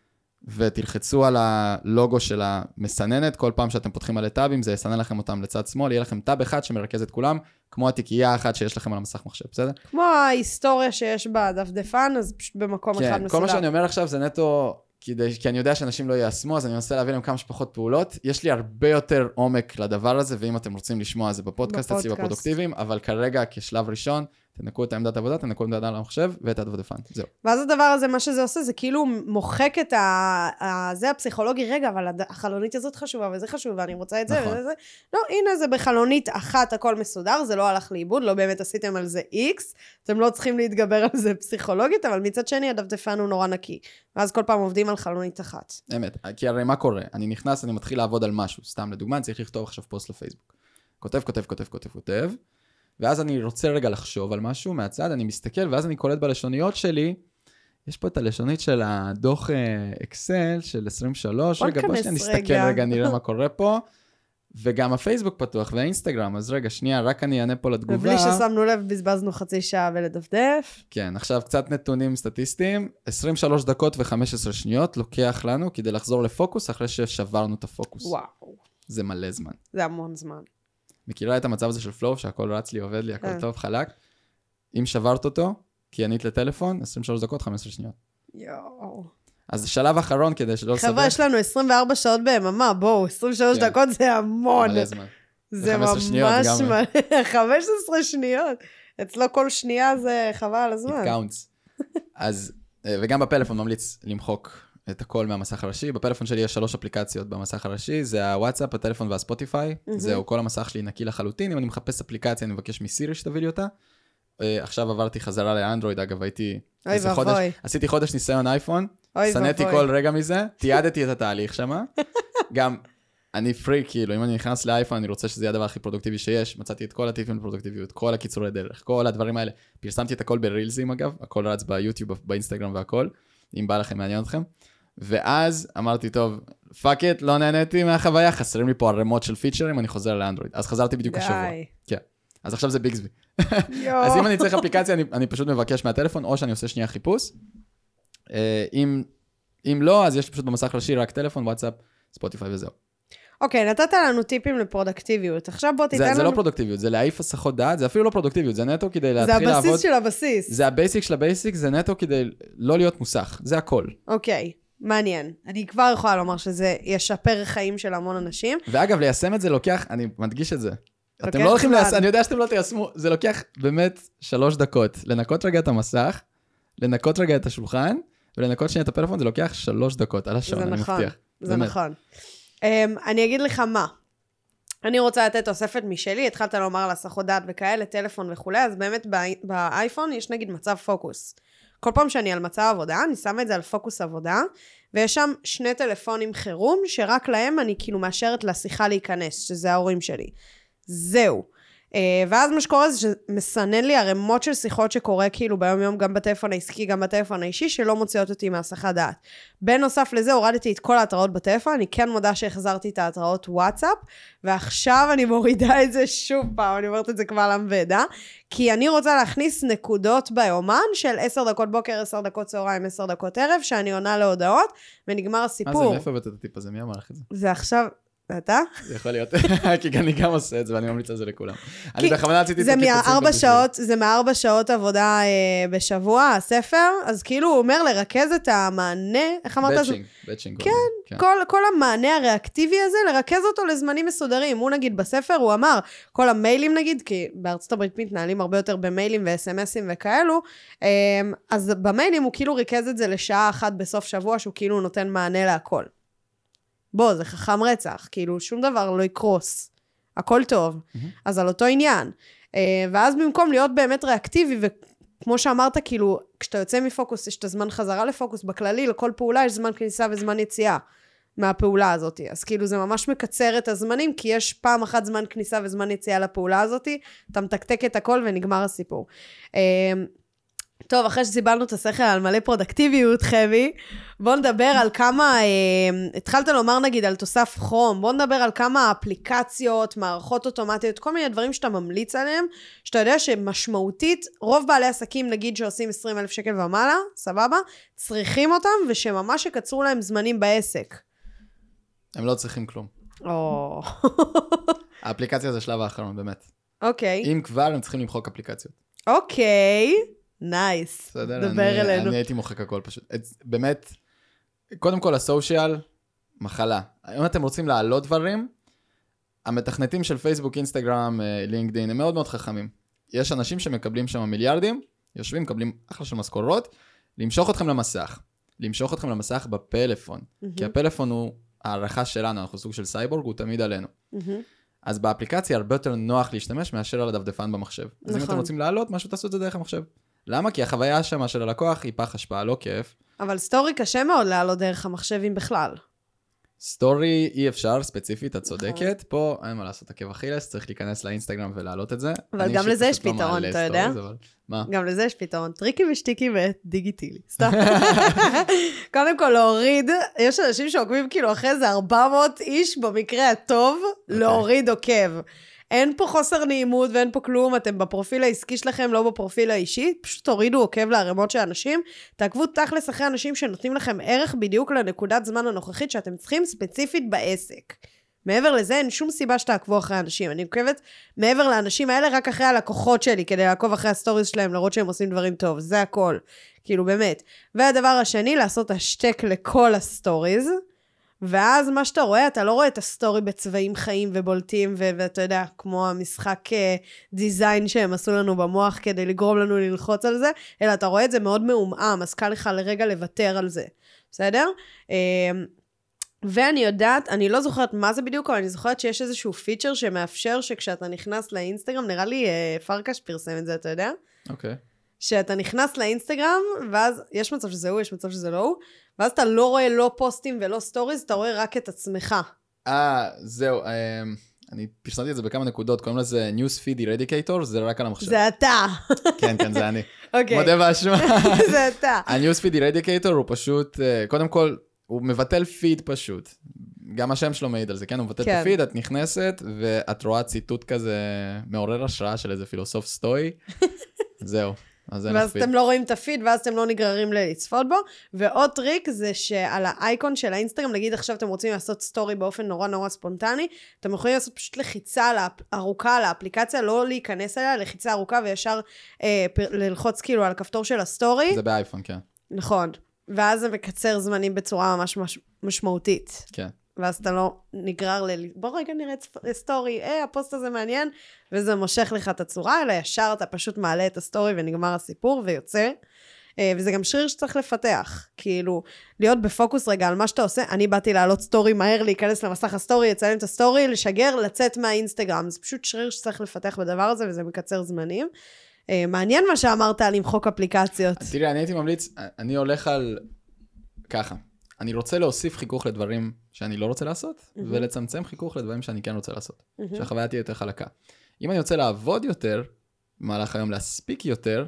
ותלחצו על הלוגו של המסננת, כל פעם שאתם פותחים על הטאבים, זה יסנן לכם אותם לצד שמאל, יהיה לכם טאב אחד שמרכז את כולם, כמו התיקייה אחת שיש לכם על המסך מחשב, בסדר? כמו ההיסטוריה שיש בדפדפן, אז פשוט במקום אחד מסודר. כן, כל מה שאני אומר עכשיו זה נטו, כי אני יודע שאנשים לא יעשמו, אז אני מנסה להביא להם כמה שפחות פעולות. יש לי הרבה יותר עומק לדבר הזה, ואם אתם רוצים לשמוע, זה בפודקאסט אצלי בפרודוקטיביים, אבל כרגע כשלב ראשון, תנקו את העמדת עבודה, תנקו את העמדה על המחשב ואת הדפדפן, זהו. ואז הדבר הזה, מה שזה עושה, זה כאילו מוחק את זה הפסיכולוגי, רגע, אבל החלונית הזאת חשובה, וזה חשוב, ואני רוצה את זה, נכון. וזה. לא, הנה זה בחלונית אחת, הכל מסודר, זה לא הלך לאיבוד, לא באמת עשיתם על זה X, אתם לא צריכים להתגבר על זה פסיכולוגית, אבל מצד שני, הדפדפן הוא נורא נקי. ואז כל פעם עובדים על חלונית אחת. אמת, כי הרי מה קורה? אני נכנס, אני מתחיל לעבוד על משהו, סתם לדוגמה, אני צריך לכתוב עכשיו פוסט לפייסבוק. כותב, ואז אני רוצה רגע לחשוב על משהו מהצד, אני מסתכל, ואז אני קולט בלשוניות שלי, יש פה את הלשונית של הדוח אקסל של 23, רגע, בוא שנסתכל רגע, נראה מה קורה פה, וגם הפייסבוק פתוח, והאינסטגרם, אז רגע, שנייה, רק אני אענה פה לתגובה. ובלי ששמנו לב, בזבזנו חצי שעה ולדפדף. כן, עכשיו קצת נתונים סטטיסטיים, 23 דקות ו-15 שניות לוקח לנו כדי לחזור לפוקוס, אחרי ששברנו את הפוקוס. וואו. זה מלא זמן. זה המון זמן. מכירה את המצב הזה של פלואו, שהכל רץ לי, עובד לי, הכל טוב, חלק. אם שברת אותו, כי ענית לטלפון, 23 דקות, 15 שניות. יואו. אז שלב אחרון כדי שלא לסבך. חבר'ה, יש לנו 24 שעות ביממה, בואו, 23 דקות זה המון. מלא זמן. זה ממש מלא, 15 שניות. אצלו כל שנייה זה חבל על הזמן. It counts. אז, וגם בפלאפון ממליץ למחוק את הכל מהמסך הראשי. בפלאפון שלי יש 3 אפליקציות במסך הראשי, זה הוואטסאפ, הטלפון והספוטיפיי. זהו, כל המסך שלי נקי לחלוטין. אם אני מחפש אפליקציה, אני מבקש מסירי שתביא לי אותה. עכשיו עברתי חזרה לאנדרואיד, אגב, הייתי עשיתי חודש ניסיון אייפון, סנאתי כל רגע מזה, תיעדתי את התהליך שמה. גם אני פרי, כאילו, אם אני נכנס לאייפון, אני רוצה שזה יהיה הדבר הכי פרודוקטיבי שיש. מצאתי את כל הטיפים לפרודוקטיביות, כל הקיצורי דרך, כל הדברים האלה. פרסמתי את הכל ברילזים, אגב, הכל רץ ביוטיוב, באינסטגרם והכל, אם בא לכם, מעניין אתכם. ואז אמרתי, טוב, פאק איט, לא נהניתי מהחוויה, חסרים לי פה הרמות של פיצ'רים, אני חוזר לאנדרואיד. אז חזרתי בדיוק השבוע. כן. אז עכשיו זה ביגסבי. אז אם אני צריך אפליקציה, אני פשוט מבקש מהטלפון, או שאני עושה שנייה חיפוש. אם לא, אז יש פשוט במסך ראשי רק טלפון, וואטסאפ, ספוטיפיי וזהו. אוקיי, נתת לנו טיפים לפרודקטיביות. עכשיו בוא תיתן לנו... זה לא פרודקטיביות, זה להעיף הסחות דעת, זה אפילו לא פרודקטיביות, זה נטו כדי להתחיל לעבוד... זה הבסיס של הבסיס. זה הבייסיק של הבייסיק, זה נטו כדי לא להיות מוסך, זה הכל. אוקיי, מעניין. אני כבר יכולה לומר שזה ישפר חיים של המון אנשים. ואגב, ליישם את זה לוקח, אני מדגיש את זה. אתם לא הולכים ליישם, אני יודע שאתם לא תיישמו, זה לוקח באמת 3 דקות. לנקות רגע את המסך, לנקות רגע את השולחן, ולנקות שנייה את הפלאפון, זה לוקח 3 דקות על השעון, אני מבטיח. זה נכון. אני אגיד לך מה. אני רוצה לתת תוספת משלי, התחלת לומר על הסחות דעת וכאלה, טלפון וכו', אז באמת באייפון יש נגיד מצב פוקוס. כל פעם שאני על מצב עבודה, אני שמה את זה על פוקוס עבודה, ויש שם 2 טלפונים חירום, שרק להם אני כאילו מאשרת לשיחה להיכנס, שזה ההורים שלי. זהו. ואז מה שקורה זה שמסנן לי הרמות של שיחות שקורה כאילו ביום יום גם בטלפון העסקי, גם בטלפון האישי, שלא מוציאות אותי מהסחת דעת. בנוסף לזה הורדתי את כל ההתראות בטלפון, אני כן מודה שהחזרתי את ההתראות וואטסאפ, ועכשיו אני מורידה את זה שוב פעם, אני אומרת את זה כבר למוודא, כי אני רוצה להכניס נקודות ביומן של 10 דקות בוקר, 10 דקות צהריים, 10 דקות ערב, שאני עונה להודעות, ונגמר הסיפור. מה זה, מאיפה הבאת את הטיפ הזה? מי אמר לך את זה? זה עכשיו... אתה? זה יכול להיות, כי אני גם עושה את זה, ואני ממליץ על זה לכולם. אני בכוונה עשיתי את זה מ4 שעות עבודה בשבוע, הספר, אז כאילו הוא אומר לרכז את המענה, איך אמרת? בצ'ינג. כן, כל המענה הריאקטיבי הזה, לרכז אותו לזמנים מסודרים. הוא נגיד בספר, הוא אמר, כל המיילים נגיד, כי בארצות הברית מתנהלים הרבה יותר במיילים ו-SMSים וכאלו, אז במיילים הוא כאילו ריכז את זה לשעה אחת בסוף שבוע, שהוא כאילו נותן מענה להכל. בוא, זה חכם רצח, כאילו שום דבר לא יקרוס, הכל טוב, אז על אותו עניין. ואז במקום להיות באמת ריאקטיבי, וכמו שאמרת, כאילו, כשאתה יוצא מפוקוס, יש את הזמן חזרה לפוקוס, בכללי, לכל פעולה יש זמן כניסה וזמן יציאה מהפעולה הזאת. אז כאילו זה ממש מקצר את הזמנים, כי יש פעם אחת זמן כניסה וזמן יציאה לפעולה הזאת, אתה מתקתק את הכל ונגמר הסיפור. טוב, אחרי שסיבלנו את השכל על מלא פרודקטיביות, חבי, בואו נדבר על כמה, התחלת לומר נגיד על תוסף חום, בואו נדבר על כמה אפליקציות, מערכות אוטומטיות, כל מיני דברים שאתה ממליץ עליהם, שאתה יודע שמשמעותית, רוב בעלי עסקים נגיד שעושים 20,000 שקל ומעלה, סבבה, צריכים אותם ושממש יקצרו להם זמנים בעסק. הם לא צריכים כלום. האפליקציה זה שלב האחרון, באמת. אוקיי. אם כבר, הם צריכים למחוק אפליקציות. אוקיי. נייס, דבר אלינו. אני הייתי מוחק הכל פשוט. באמת, קודם כל הסושיאל, מחלה. אם אתם רוצים לעלות דברים, המתכנתים של פייסבוק, אינסטגרם, לינקדין, הם מאוד מאוד חכמים. יש אנשים שמקבלים שם מיליארדים, יושבים, מקבלים אחלה של משכורות, למשוך אתכם למסך. למשוך אתכם למסך בפלאפון. כי הפלאפון הוא הערכה שלנו, אנחנו סוג של סייבורג, הוא תמיד עלינו. אז באפליקציה הרבה יותר נוח להשתמש מאשר על הדפדפן במחשב. אז אם אתם רוצים לעלות, משהו תעשו את זה דרך המחשב. למה? כי החוויה שמה של הלקוח היא פח השפעה, לא כיף. אבל סטורי קשה מאוד לעלות דרך המחשבים בכלל. סטורי אי אפשר, ספציפית, את צודקת. פה אין מה לעשות, עקב אכילס, צריך להיכנס לאינסטגרם ולהעלות את זה. אבל גם לזה יש פתרון, אתה יודע? גם לזה יש פתרון. טריקי ושטיקי ודיגיטילי. סתם. קודם כל להוריד, יש אנשים שעוקבים כאילו אחרי זה 400 איש במקרה הטוב, להוריד עוקב. אין פה חוסר נעימות ואין פה כלום, אתם בפרופיל העסקי שלכם, לא בפרופיל האישי, פשוט תורידו עוקב לערימות של אנשים, תעקבו תכלס אחרי אנשים שנותנים לכם ערך בדיוק לנקודת זמן הנוכחית שאתם צריכים ספציפית בעסק. מעבר לזה אין שום סיבה שתעקבו אחרי אנשים, אני עוקבת מעבר לאנשים האלה רק אחרי הלקוחות שלי, כדי לעקוב אחרי הסטוריז שלהם, לראות שהם עושים דברים טוב, זה הכל, כאילו באמת. והדבר השני, לעשות השטק לכל הסטוריז, ואז מה שאתה רואה, אתה לא רואה את הסטורי בצבעים חיים ובולטים, ואתה יודע, כמו המשחק דיזיין שהם עשו לנו במוח, כדי לגרום לנו ללחוץ על זה, אלא אתה רואה את זה מאוד מעומעם, אז קל לך לרגע לוותר על זה, בסדר? ואני יודעת, אני לא זוכרת מה זה בדיוק, אבל אני זוכרת שיש איזשהו פיצ'ר שמאפשר שכשאתה נכנס לאינסטגרם, נראה לי פרקש פרסם את זה, אתה יודע? אוקיי. שאתה נכנס לאינסטגרם, ואז יש מצב שזה הוא, יש מצב שזה לא הוא, ואז אתה לא רואה לא פוסטים ולא סטוריז, אתה רואה רק את עצמך. זהו, אני פרסמתי את זה בכמה נקודות, קוראים לזה Newsfeed Eradicator, זה רק על המחשב. זה אתה. כן, זה אני. אוקיי. מודה באשמה. זה אתה. ה-Newsfeed Eradicator הוא פשוט, קודם כל, הוא מבטל פיד פשוט. גם השם שלו מעיד על זה, כן? הוא מבטל את הפיד, את נכנסת, ואת רואה ציטוט כזה מעורר השראה של איזה פילוסוף סטואי. זהו. ואז אתם לא רואים את הפיד, ואז אתם לא נגררים לצפות בו. ועוד טריק זה שעל האייקון של האינסטגרם, נגיד עכשיו אתם רוצים לעשות סטורי באופן נורא נורא ספונטני, אתם יכולים לעשות פשוט לחיצה ארוכה על האפליקציה, לא להיכנס אליה, לחיצה ארוכה וישר ללחוץ כאילו על הכפתור של הסטורי. זה באייפון, כן. נכון. ואז זה מקצר זמנים בצורה ממש משמעותית. כן. ואז אתה לא נגרר בוא רגע נראה סטורי, הפוסט הזה מעניין, וזה מושך לך את הצורה, אלא ישר אתה פשוט מעלה את הסטורי ונגמר הסיפור ויוצא, וזה גם שריר שצריך לפתח, כאילו, להיות בפוקוס רגע על מה שאתה עושה, אני באתי לעלות סטורי מהר, להיכנס למסך הסטורי, לצלם את הסטורי, לשגר, לצאת מהאינסטגרם, זה פשוט שריר שצריך לפתח בדבר הזה, וזה מקצר זמנים. מעניין מה שאמרת על למחוק אפליקציות. תראי, אני הייתי ממליץ, אני הולך על ככה. אני רוצה להוסיף חיכוך לדברים שאני לא רוצה לעשות, ולצמצם חיכוך לדברים שאני כן רוצה לעשות. שהחוויה תהיה יותר חלקה. אם אני רוצה לעבוד יותר, במהלך היום להספיק יותר,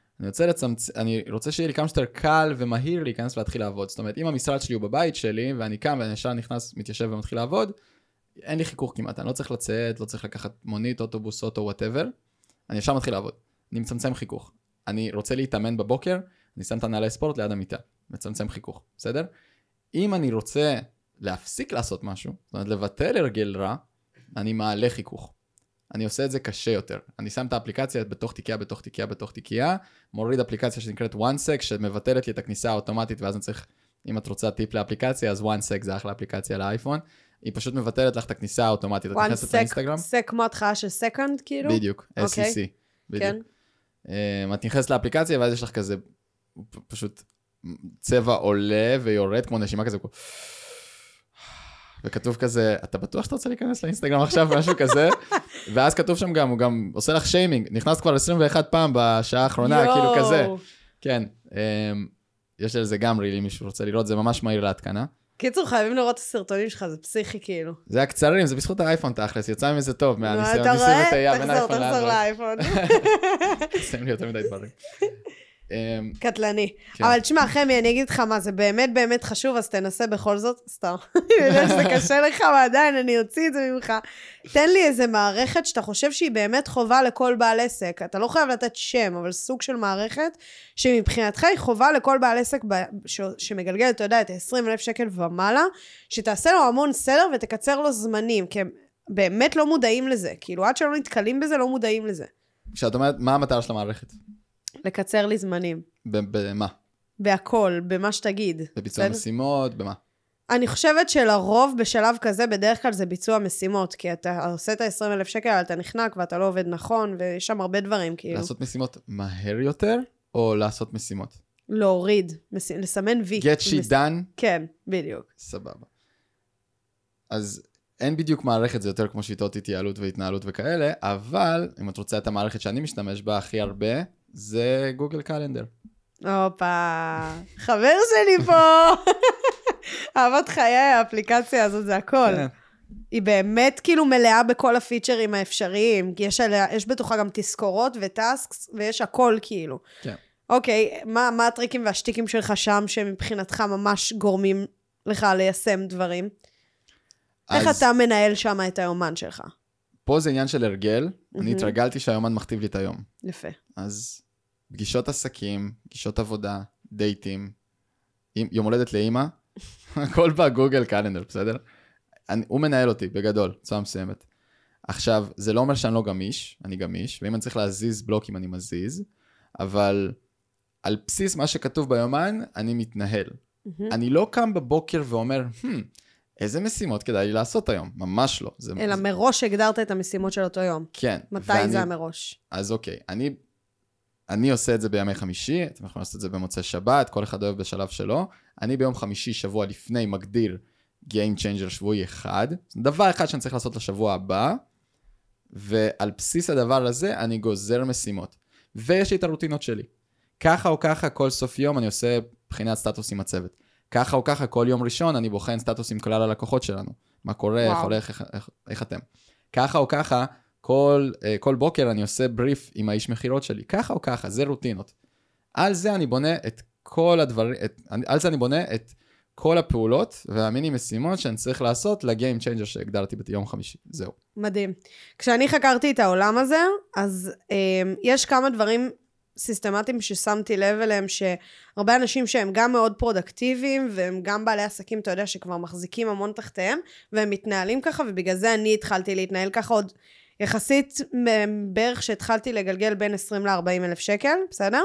אני רוצה שיהיה לי כמה שיותר קל ומהיר להיכנס ולהתחיל לעבוד. זאת אומרת, אם המשרד שלי הוא בבית שלי, ואני קם ואני ישר נכנס, מתיישב ומתחיל לעבוד, אין לי חיכוך כמעט. אני לא צריך לצאת, לא צריך לקחת מונית, אוטובוס, אוטו, whatever. אני ישר מתחיל לעבוד. אני מצמצם חיכוך. אני רוצה להתאמן בבוקר, אני שם את הנעלי ספורט ליד המיטה. מצמצם חיכוך. בסדר? אם אני רוצה להפסיק לעשות משהו, זאת אומרת, לבטל הרגל רע, אני מעלה חיכוך. אני עושה את זה קשה יותר. אני שם את האפליקציה בתוך תיקייה, מוריד אפליקציה שנקראת OneSec, שמבטלת לי את הכניסה האוטומטית, ואז אני צריך, אם את רוצה טיפ לאפליקציה, אז OneSec זה אחלה אפליקציה לאייפון. היא פשוט מבטלת לך את הכניסה האוטומטית. את נכנסת לאינסטגרם. OneSec כמו התחלה של סקנד, כאילו? בדיוק, SEC. בדיוק. את נכנסת לאפליקציה, ואז יש לך כזה, פשוט צבע עולה ויורד, כמו נשימה כזה, וכתוב כזה, אתה בטוח שאתה רוצה להיכנס לאינסטגרם עכשיו, משהו כזה, ואז כתוב שם גם, הוא גם עושה לך שיימינג, נכנס כבר 21 פעם בשעה האחרונה, כאילו כזה. כן, יש לזה גם רילי, מישהו רוצה לראות, זה ממש מהיר להתקנה. קיצור, חייבים לראות את הסרטונים שלך, זה פסיכי כאילו. זה הקצרים, זה בזכות האייפון תכלס, יצא מזה טוב, מהניסיון, אתה רואה? תחזור לאייפון. עושים לי יותר מדי דברים. קטלני. אבל תשמע, חמי, אני אגיד לך מה, זה באמת באמת חשוב, אז תנסה בכל זאת, סתם. אני יודע שזה קשה לך, ועדיין אני אוציא את זה ממך. תן לי איזה מערכת שאתה חושב שהיא באמת חובה לכל בעל עסק. אתה לא חייב לתת שם, אבל סוג של מערכת, שמבחינתך היא חובה לכל בעל עסק, שמגלגל, אתה יודע, את 20,000 שקל ומעלה, שתעשה לו המון סדר ותקצר לו זמנים, כי הם באמת לא מודעים לזה. כאילו, עד שלא נתקלים בזה, לא מודעים לזה. כשאת אומרת, מה המטרה של המערכת? לקצר לי זמנים. במה? בהכל, במה שתגיד. בביצוע משימות, במה? אני חושבת שלרוב בשלב כזה, בדרך כלל זה ביצוע משימות, כי אתה עושה את ה-20,000 שקל, אתה נחנק ואתה לא עובד נכון, ויש שם הרבה דברים, כאילו. לעשות משימות מהר יותר, או לעשות משימות? להוריד, לסמן וי. get shit done? כן, בדיוק. סבבה. אז אין בדיוק מערכת, זה יותר כמו שיטות התייעלות והתנהלות וכאלה, אבל אם את רוצה את המערכת שאני משתמש בה הכי הרבה, זה גוגל קלנדר. הופה, חבר שלי פה. אהבת חיי האפליקציה הזאת, זה הכל. כן. היא באמת כאילו מלאה בכל הפיצ'רים האפשריים, כי יש בתוכה גם תזכורות וטאסקס, ויש הכל כאילו. כן. אוקיי, מה הטריקים והשטיקים שלך שם, שמבחינתך ממש גורמים לך ליישם דברים? איך אתה מנהל שם את היומן שלך? פה זה עניין של הרגל, אני התרגלתי שהיומן מכתיב לי את היום. יפה. אז פגישות עסקים, פגישות עבודה, דייטים, יום הולדת לאמא, הכל בגוגל קלנדר, בסדר? הוא מנהל אותי, בגדול, צורה מסוימת. עכשיו, זה לא אומר שאני לא גמיש, אני גמיש, ואם אני צריך להזיז בלוקים, אני מזיז, אבל על בסיס מה שכתוב ביומן, אני מתנהל. אני לא קם בבוקר ואומר, איזה משימות כדאי לי לעשות היום? ממש לא. אלא מראש הגדרת את המשימות של אותו יום. כן. מתי זה המראש? אז אוקיי, אני עושה את זה בימי חמישי, אתם יכולים לעשות את זה במוצאי שבת, כל אחד אוהב בשלב שלו. אני ביום חמישי, שבוע לפני, מגדיר Game Changer שבועי אחד. דבר אחד שאני צריך לעשות לשבוע הבא, ועל בסיס הדבר הזה אני גוזר משימות. ויש לי את הרוטינות שלי. ככה או ככה, כל סוף יום אני עושה בחינת סטטוס עם הצוות. ככה או ככה, כל יום ראשון אני בוחן סטטוס עם כלל הלקוחות שלנו. מה קורה, איך הולך, איך אתם. ככה או ככה, כל בוקר אני עושה בריף עם האיש מחירות שלי. ככה או ככה, זה רוטינות. על זה אני בונה את כל הדברים, על זה אני בונה את כל הפעולות והמיני משימות שאני צריך לעשות לגיים צ'יינג'ר שהגדרתי ביום חמישי. זהו. מדהים. כשאני חקרתי את העולם הזה, אז יש כמה דברים סיסטמטיים ששמתי לב אליהם, שהרבה אנשים שהם גם מאוד פרודקטיביים, והם גם בעלי עסקים, אתה יודע, שכבר מחזיקים המון תחתיהם, והם מתנהלים ככה, ובגלל זה אני התחלתי להתנהל ככה עוד יחסית בערך שהתחלתי לגלגל בין 20 ל-40 אלף שקל, בסדר?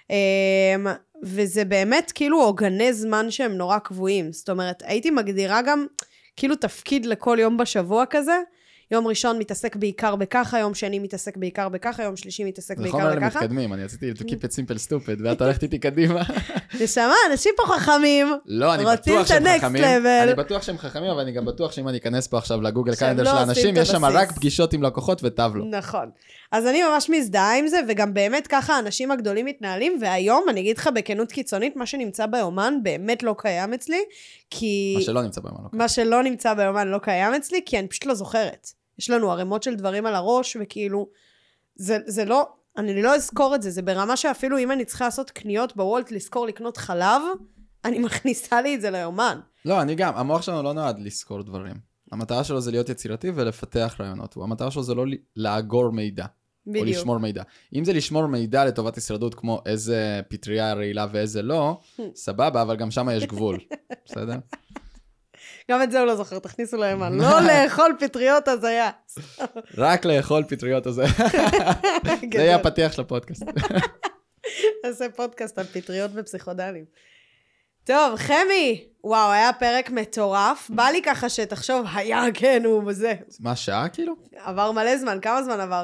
וזה באמת כאילו עוגני זמן שהם נורא קבועים. זאת אומרת, הייתי מגדירה גם כאילו תפקיד לכל יום בשבוע כזה, יום ראשון מתעסק בעיקר בככה, יום שני מתעסק בעיקר בככה, יום שלישי מתעסק בעיקר בככה. נכון, מתקדמים, אני רציתי to keep it simple stupid, ואת הולכת איתי קדימה. נשמע, אנשים פה חכמים, לא, אני בטוח שהם חכמים, אני בטוח שהם חכמים, אבל אני גם בטוח שאם אני אכנס פה עכשיו לגוגל קלנדר של האנשים, יש שם רק פגישות עם לקוחות וטבלו. נכון. אז אני ממש מזדהה עם זה, וגם באמת ככה האנשים הגדולים מתנהלים, והיום, אני אגיד לך בכנות קיצונית, מה שנמצא ביומן באמת לא קיים אצלי, כי... מה שלא נמצא ביומן לא קיים אצלי, כי אני פשוט לא זוכרת. יש לנו ערימות של דברים על הראש, וכאילו, זה לא, אני לא אזכור את זה, זה ברמה שאפילו אם אני צריכה לעשות קניות בוולט, לזכור לקנות חלב, אני מכניסה לי את זה ליומן. לא, אני גם, המוח שלנו לא נועד לזכור דברים. המטרה שלו זה להיות יצירתי ולפתח רעיונות, והמטרה שלו זה לא לאגור מידע, בדיוק. או לשמור מידע. אם זה לשמור מידע לטובת הישרדות, כמו איזה פטריה רעילה ואיזה לא, סבבה, אבל גם שם יש גבול, בסדר? גם את זה הוא לא זוכר, תכניסו ליומן. לא לאכול פטריות הזיה. רק לאכול פטריות הזיה. זה יהיה הפתיח של הפודקאסט. נעשה פודקאסט על פטריות ופסיכודלים. טוב, חמי, וואו, היה פרק מטורף. בא לי ככה שתחשוב, היה, כן, הוא וזה. מה, שעה כאילו? עבר מלא זמן, כמה זמן עבר?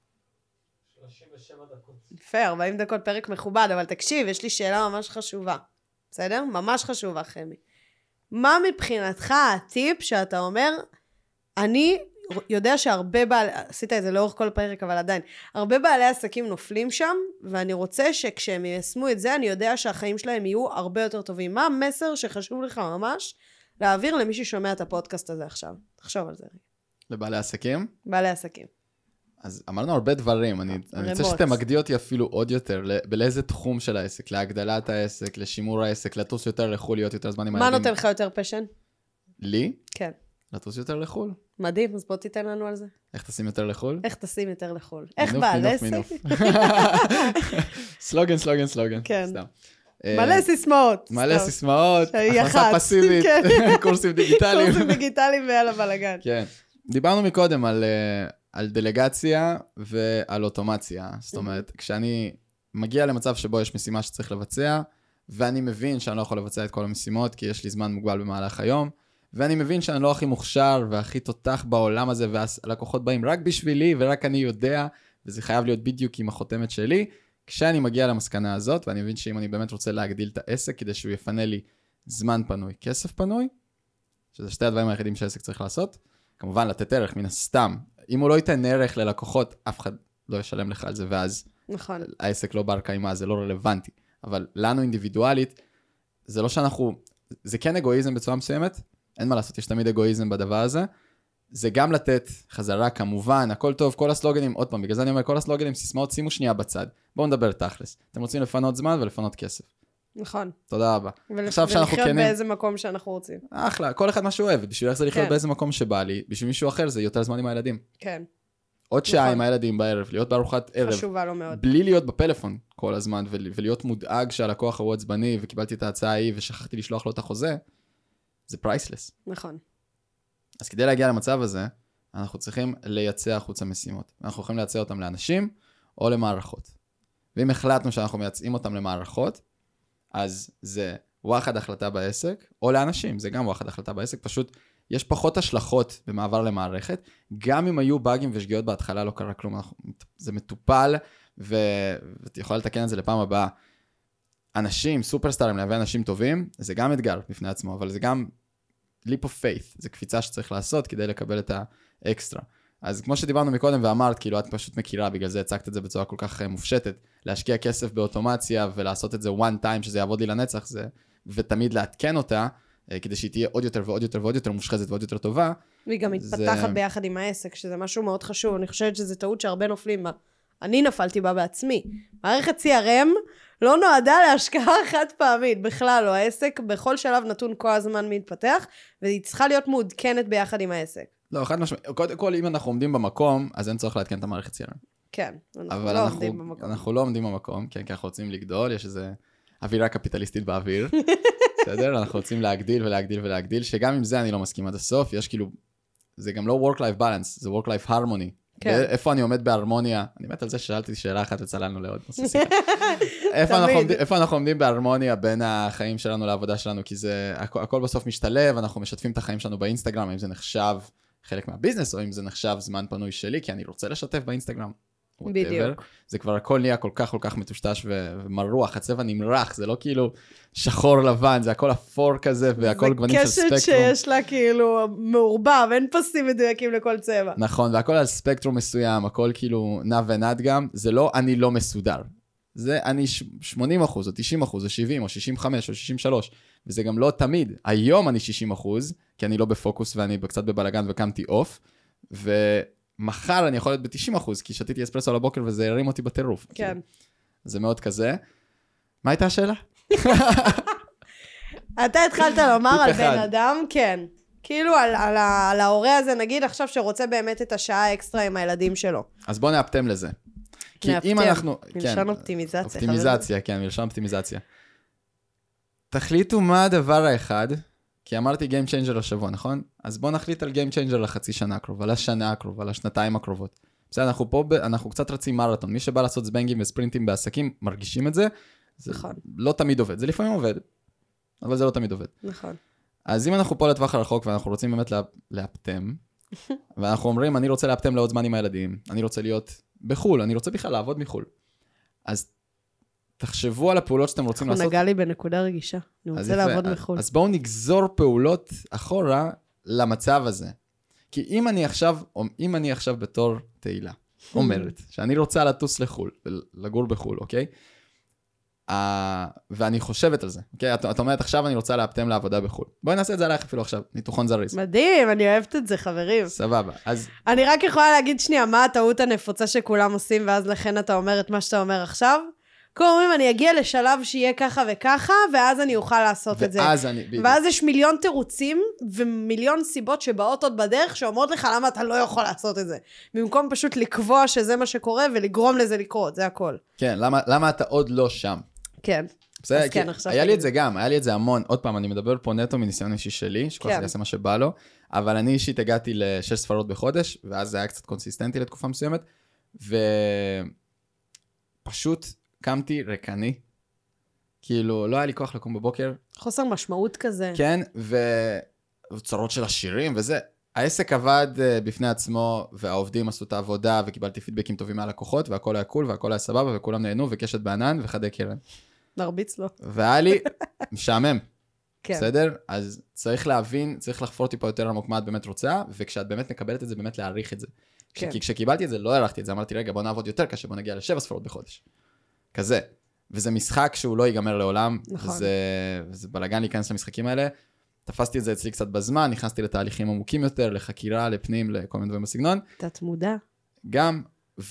37 דקות. יפה, 40 דקות פרק מכובד, אבל תקשיב, יש לי שאלה ממש חשובה. בסדר? ממש חשובה, חמי. מה מבחינתך הטיפ שאתה אומר, אני יודע שהרבה עשית את זה לאורך כל פרק, אבל עדיין, הרבה בעלי עסקים נופלים שם, ואני רוצה שכשהם יישמו את זה, אני יודע שהחיים שלהם יהיו הרבה יותר טובים. מה המסר שחשוב לך ממש להעביר למי ששומע את הפודקאסט הזה עכשיו? תחשוב על זה. לבעלי עסקים? בעלי עסקים. אז אמרנו הרבה דברים, אני רוצה שתמקדי אותי אפילו עוד יותר, באיזה תחום של העסק, להגדלת העסק, לשימור העסק, לטוס יותר לחול, להיות יותר זמן עם הילדים. מה נותן לך יותר פשן? לי? כן. לטוס יותר לחול. מדהים, אז בוא תיתן לנו על זה. איך תשים יותר לחול? איך תשים יותר לחול? איך בעל עסק? סלוגן, סלוגן, סלוגן. כן. מלא סיסמאות. מלא סיסמאות, הכנסה פסיבית, קורסים דיגיטליים. קורסים דיגיטליים ועל הבלגן. כן. דיברנו מקודם על דלגציה ועל אוטומציה. זאת אומרת, כשאני מגיע למצב שבו יש משימה שצריך לבצע, ואני מבין שאני לא יכול לבצע את כל המשימות, כי יש לי זמן מוגבל במהלך היום, ואני מבין שאני לא הכי מוכשר והכי תותח בעולם הזה, והלקוחות באים רק בשבילי, ורק אני יודע, וזה חייב להיות בדיוק עם החותמת שלי, כשאני מגיע למסקנה הזאת, ואני מבין שאם אני באמת רוצה להגדיל את העסק, כדי שהוא יפנה לי זמן פנוי, כסף פנוי, שזה שתי הדברים היחידים שהעסק צריך לעשות, כמובן לתת ערך מן הסתם. אם הוא לא ייתן ערך ללקוחות, אף אחד לא ישלם לך על זה, ואז נכון. העסק לא בר קיימא, זה לא רלוונטי. אבל לנו אינדיבידואלית, זה לא שאנחנו, זה כן אגואיזם בצורה מסוימת, אין מה לעשות, יש תמיד אגואיזם בדבר הזה, זה גם לתת חזרה כמובן, הכל טוב, כל הסלוגנים, עוד פעם, בגלל זה אני אומר, כל הסלוגנים, סיסמאות, שימו שנייה בצד. בואו נדבר תכלס. אתם רוצים לפנות זמן ולפנות כסף. נכון. תודה רבה. ולחיות באיזה מקום שאנחנו רוצים. אחלה, כל אחד מה שהוא אוהב, בשביל איך זה לחיות כן. באיזה מקום שבא לי, בשביל מישהו אחר זה יותר זמן עם הילדים. כן. עוד שעה נכון. עם הילדים בערב, להיות בארוחת ערב. חשובה לו מאוד. בלי להיות בפלאפון כל הזמן, ולהיות מודאג שהלקוח הוא עצבני, וקיבלתי את ההצעה ההיא, ושכחתי לשלוח לו את החוזה, זה פרייסלס. נכון. אז כדי להגיע למצב הזה, אנחנו צריכים לייצא החוצה משימות. אנחנו יכולים לייצא אותם לאנשים, או למערכות. ואם החלטנו שאנחנו מייצאים אותם למערכות, אז זה וואחד החלטה בעסק, או לאנשים, זה גם וואחד החלטה בעסק, פשוט יש פחות השלכות במעבר למערכת, גם אם היו באגים ושגיאות בהתחלה לא קרה כלום, זה מטופל, ואת יכולה לתקן את זה לפעם הבאה. אנשים, סופרסטארים, להביא אנשים טובים, זה גם אתגר בפני עצמו, אבל זה גם leap of faith, זה קפיצה שצריך לעשות כדי לקבל את האקסטרה. אז כמו שדיברנו מקודם ואמרת, כאילו את פשוט מכירה, בגלל זה הצגת את זה בצורה כל כך מופשטת, להשקיע כסף באוטומציה ולעשות את זה one time, שזה יעבוד לי לנצח, ותמיד להתקן אותה, כדי שהיא תהיה עוד יותר ועוד יותר ועוד יותר מושחזת ועוד יותר טובה. והיא גם מתפתחת ביחד עם העסק, שזה משהו מאוד חשוב. אני חושבת שזה טעות שהרבה נופלים בה. אני נפלתי בה בעצמי. מערכת CRM לא נועדה להשקעה חד פעמית, בכלל לא. העסק בכל שלב נתון כל הזמן מתפתח, והיא צריכה להיות מעודכנת ביחד עם העסק. לא, חד משמעית. קודם כל, אם אנחנו עומדים במקום, אז אין צורך להתקן את המערכת CRM. כן, אנחנו לא עומדים במקום. אנחנו לא עומדים במקום, כן, כי אנחנו רוצים לגדול, יש איזו אווירה קפיטליסטית באוויר. בסדר? אנחנו רוצים להגדיל ולהגדיל ולהגדיל, שגם עם זה אני לא מסכים עד הסוף, יש כאילו, זה גם לא work-life balance, זה work-life harmony. כן. איפה אני עומד בהרמוניה? אני מת על זה ששאלתי שאלה אחת וצללנו לעוד נושא שיחה. איפה אנחנו עומדים בהרמוניה בין החיים שלנו לעבודה שלנו, כי זה, הכל בסוף משתלב, אנחנו משתפים את החיים שלנו באינסטגרם, אם זה נחשב חלק מהביזנס, או אם זה נחשב זמן פנוי שלי, כי אני רוצה לשתף באינסטגרם. בדיוק. זה כבר הכל נהיה כל כך מטושטש ומרוח, הצבע נמרח, זה לא כאילו שחור לבן, זה הכל אפור כזה, והכל גוונים של ספקטרום. זה קשת שיש לה כאילו מעורבב, אין פסים מדויקים לכל צבע. נכון, והכל על ספקטרום מסוים, הכל כאילו נע ונד גם, זה לא אני לא מסודר. זה אני 80% או 90% או 70 או 65 או 63, וזה גם לא תמיד. היום אני 60%, כי אני לא בפוקוס ואני קצת בבלגן וקמתי אוף, מחר אני יכול להיות ב-90%, כי שתיתי אספרסו על הבוקר וזה הרים אותי בטירוף. כן. זה מאוד כזה. מה הייתה השאלה? אתה התחלת לומר על בן אדם, כן. כאילו על ההורה הזה, נגיד עכשיו שרוצה באמת את השעה האקסטרה עם הילדים שלו. אז בוא נאפתם לזה. כי אם אנחנו... מלשון אופטימיזציה. אופטימיזציה, כן, מלשון אופטימיזציה. תחליטו מה הדבר האחד, כי אמרתי Game Changer השבוע, נכון? אז בואו נחליט על Game Changer לחצי שנה הקרובה, לשנה הקרובה, לשנתיים הקרובות. בסדר, אנחנו פה, אנחנו קצת רצים מרתון. מי שבא לעשות זבנגים וספרינטים בעסקים, מרגישים את זה. זה נכון. לא תמיד עובד. זה לפעמים עובד, אבל זה לא תמיד עובד. נכון. אז אם אנחנו פה לטווח הרחוק, ואנחנו רוצים באמת לאפטם, ואנחנו אומרים, אני רוצה לאפטם לעוד זמן עם הילדים, אני רוצה להיות בחול, אני רוצה בכלל לעבוד מחול. אז תחשבו על הפעולות שאתם רוצים לעשות. הוא נגע לי בנקודה רגישה. אני רוצה לעבוד מחול. אז בואו נגזור פעולות אחורה למצב הזה. כי אם אני עכשיו בתור תהילה, אומרת, שאני רוצה לטוס לחול, לגור בחול, אוקיי? ואני חושבת על זה, אוקיי? את אומרת, עכשיו אני רוצה לאפטם לעבודה בחול. בואי נעשה את זה עליך אפילו עכשיו, ניתוחון זריז. מדהים, אני אוהבת את זה, חברים. סבבה, אז... אני רק יכולה להגיד שנייה, מה הטעות הנפוצה שכולם עושים, ואז לכן אתה אומר את מה שאתה אומר עכשיו? אומרים, אני אגיע לשלב שיהיה ככה וככה, ואז אני אוכל לעשות את זה. ואז יש מיליון תירוצים, ומיליון סיבות שבאות עוד בדרך, שאומרות לך למה אתה לא יכול לעשות את זה. במקום פשוט לקבוע שזה מה שקורה, ולגרום לזה לקרות, זה הכל. כן, למה אתה עוד לא שם? כן. בסדר, כן, היה לי את זה גם, היה לי את זה המון. עוד פעם, אני מדבר פה נטו מניסיון אישי שלי, שכל אחד יעשה מה שבא לו, אבל אני אישית הגעתי ל6 ספרות בחודש, ואז זה היה קצת קונסיסטנטי לתקופה מסוימת, ופשוט קמתי רקני, כאילו, לא היה לי כוח לקום בבוקר. חוסר משמעות כזה. כן, וצרות של השירים וזה. העסק עבד בפני עצמו, והעובדים עשו את העבודה, וקיבלתי פידבקים טובים מהלקוחות, והכל היה קול, והכל היה סבבה, וכולם נהנו, וקשת בענן, וחדי קרן. נרביץ לו. והיה לי משעמם. כן. בסדר? אז צריך להבין, צריך לחפור טיפה יותר עמוק מה את באמת רוצה, וכשאת באמת מקבלת את זה, באמת להעריך את זה. כן. כי כשקיבלתי את זה, לא הערכתי את זה, אמרתי, רגע, בוא נעבוד יותר קשה, בוא נגיע ל7 ספרות בחודש. כזה. וזה משחק שהוא לא ייגמר לעולם, נכון. וזה בלגן להיכנס למשחקים האלה. תפסתי את זה אצלי קצת בזמן, נכנסתי לתהליכים עמוקים יותר, לחקירה, לפנים, לכל מיני דברים בסגנון. תת מודע. גם,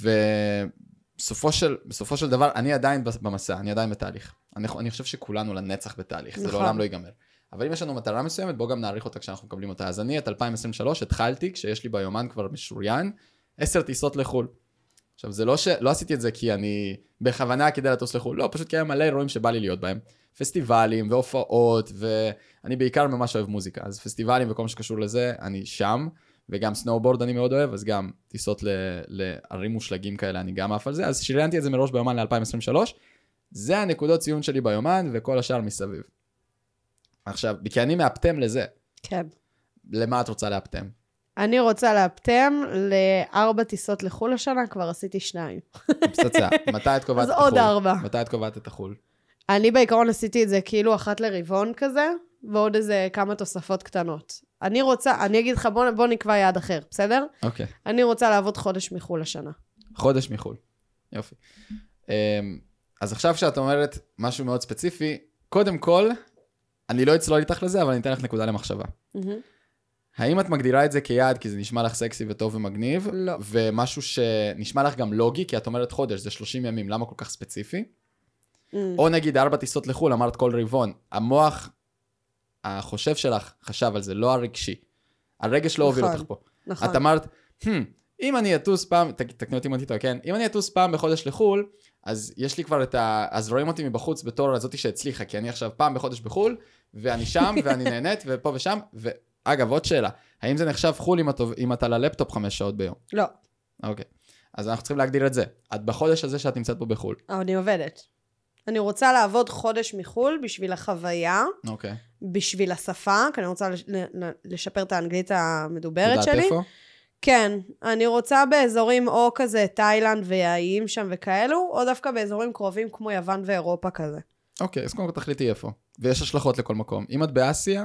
בסופו של דבר, אני עדיין במסע, אני עדיין בתהליך. אני חושב שכולנו לנצח בתהליך, זה לעולם לא ייגמר. אבל אם יש לנו מטרה מסוימת, בוא גם נעריך אותה כשאנחנו מקבלים אותה. אז אני את 2023 התחלתי, כשיש לי ביומן כבר משוריין, 10 טיסות לחול. עכשיו, זה לא עשיתי את זה כי אני בכוונה כדי לטוס לחול, לא, פשוט כי היה מלא אירועים שבא לי להיות בהם. פסטיבלים והופעות, ואני בעיקר ממש אוהב מוזיקה, אז פסטיבלים וכל מה שקשור לזה, אני שם, וגם סנואובורד אני מאוד אוהב, אז גם טיסות לערים מושלגים כאלה, אני גם אף על זה, אז שריינתי את זה מראש ביומן ל-2023, זה הנקודות ציון שלי ביומן, וכל השאר מסביב. עכשיו, כי אני מאפטם לזה. כן. למה את רוצה לאפטם? אני רוצה לאפטם ל4 טיסות לחול השנה, כבר עשיתי 2. פצצה. מתי את קובעת את אז החול? עוד 4. מתי את קובעת את החול? אני בעיקרון עשיתי את זה כאילו אחת לרבעון כזה, ועוד איזה כמה תוספות קטנות. אני אגיד לך, בוא נקבע יעד אחר, בסדר? אוקיי. אני רוצה לעבוד חודש מחול השנה. חודש מחול. יופי. אז עכשיו שאת אומרת משהו מאוד ספציפי, קודם כל, אני לא אצלול איתך לזה, אבל אני אתן לך נקודה למחשבה. האם את מגדירה את זה כיעד, כי זה נשמע לך סקסי וטוב ומגניב? לא. ומשהו שנשמע לך גם לוגי, כי את אומרת חודש, זה 30 ימים, למה כל כך ספציפי? או נגיד 4 טיסות לחול, אמרת כל רבעון. המוח החושב שלך חשב על זה, לא הרגשי. הרגש לא הוביל אותך פה. נכון. את אמרת, אם אני אטוס פעם, תקני אותי אם אני טועה, כן? אם אני אטוס פעם בחודש לחול, אז יש לי כבר אז רואים אותי מבחוץ בתור הזאתי שהצליחה, כי אני עכשיו פעם בחודש בחול, ואני שם, ואני נהנית, ופה ושם, ואגב, עוד שאלה, האם זה נחשב חול אם אתה ללפטופ 5 שעות ביום? לא. אוקיי. אז אנחנו צריכים להגדיר את זה. את בחודש הזה שאת נמצאת פה בחול. אני עובדת. אני רוצה לעבוד חודש מחול בשביל החוויה, אוקיי. בשביל השפה, כי אני רוצה לשפר את האנגלית המדוברת שלי. יודעת איפה? כן, אני רוצה באזורים או כזה תאילנד ויהיים שם וכאלו, או דווקא באזורים קרובים כמו יוון ואירופה כזה. אוקיי, אז קודם כל תחליטי איפה. ויש השלכות לכל מקום. אם את באסיה,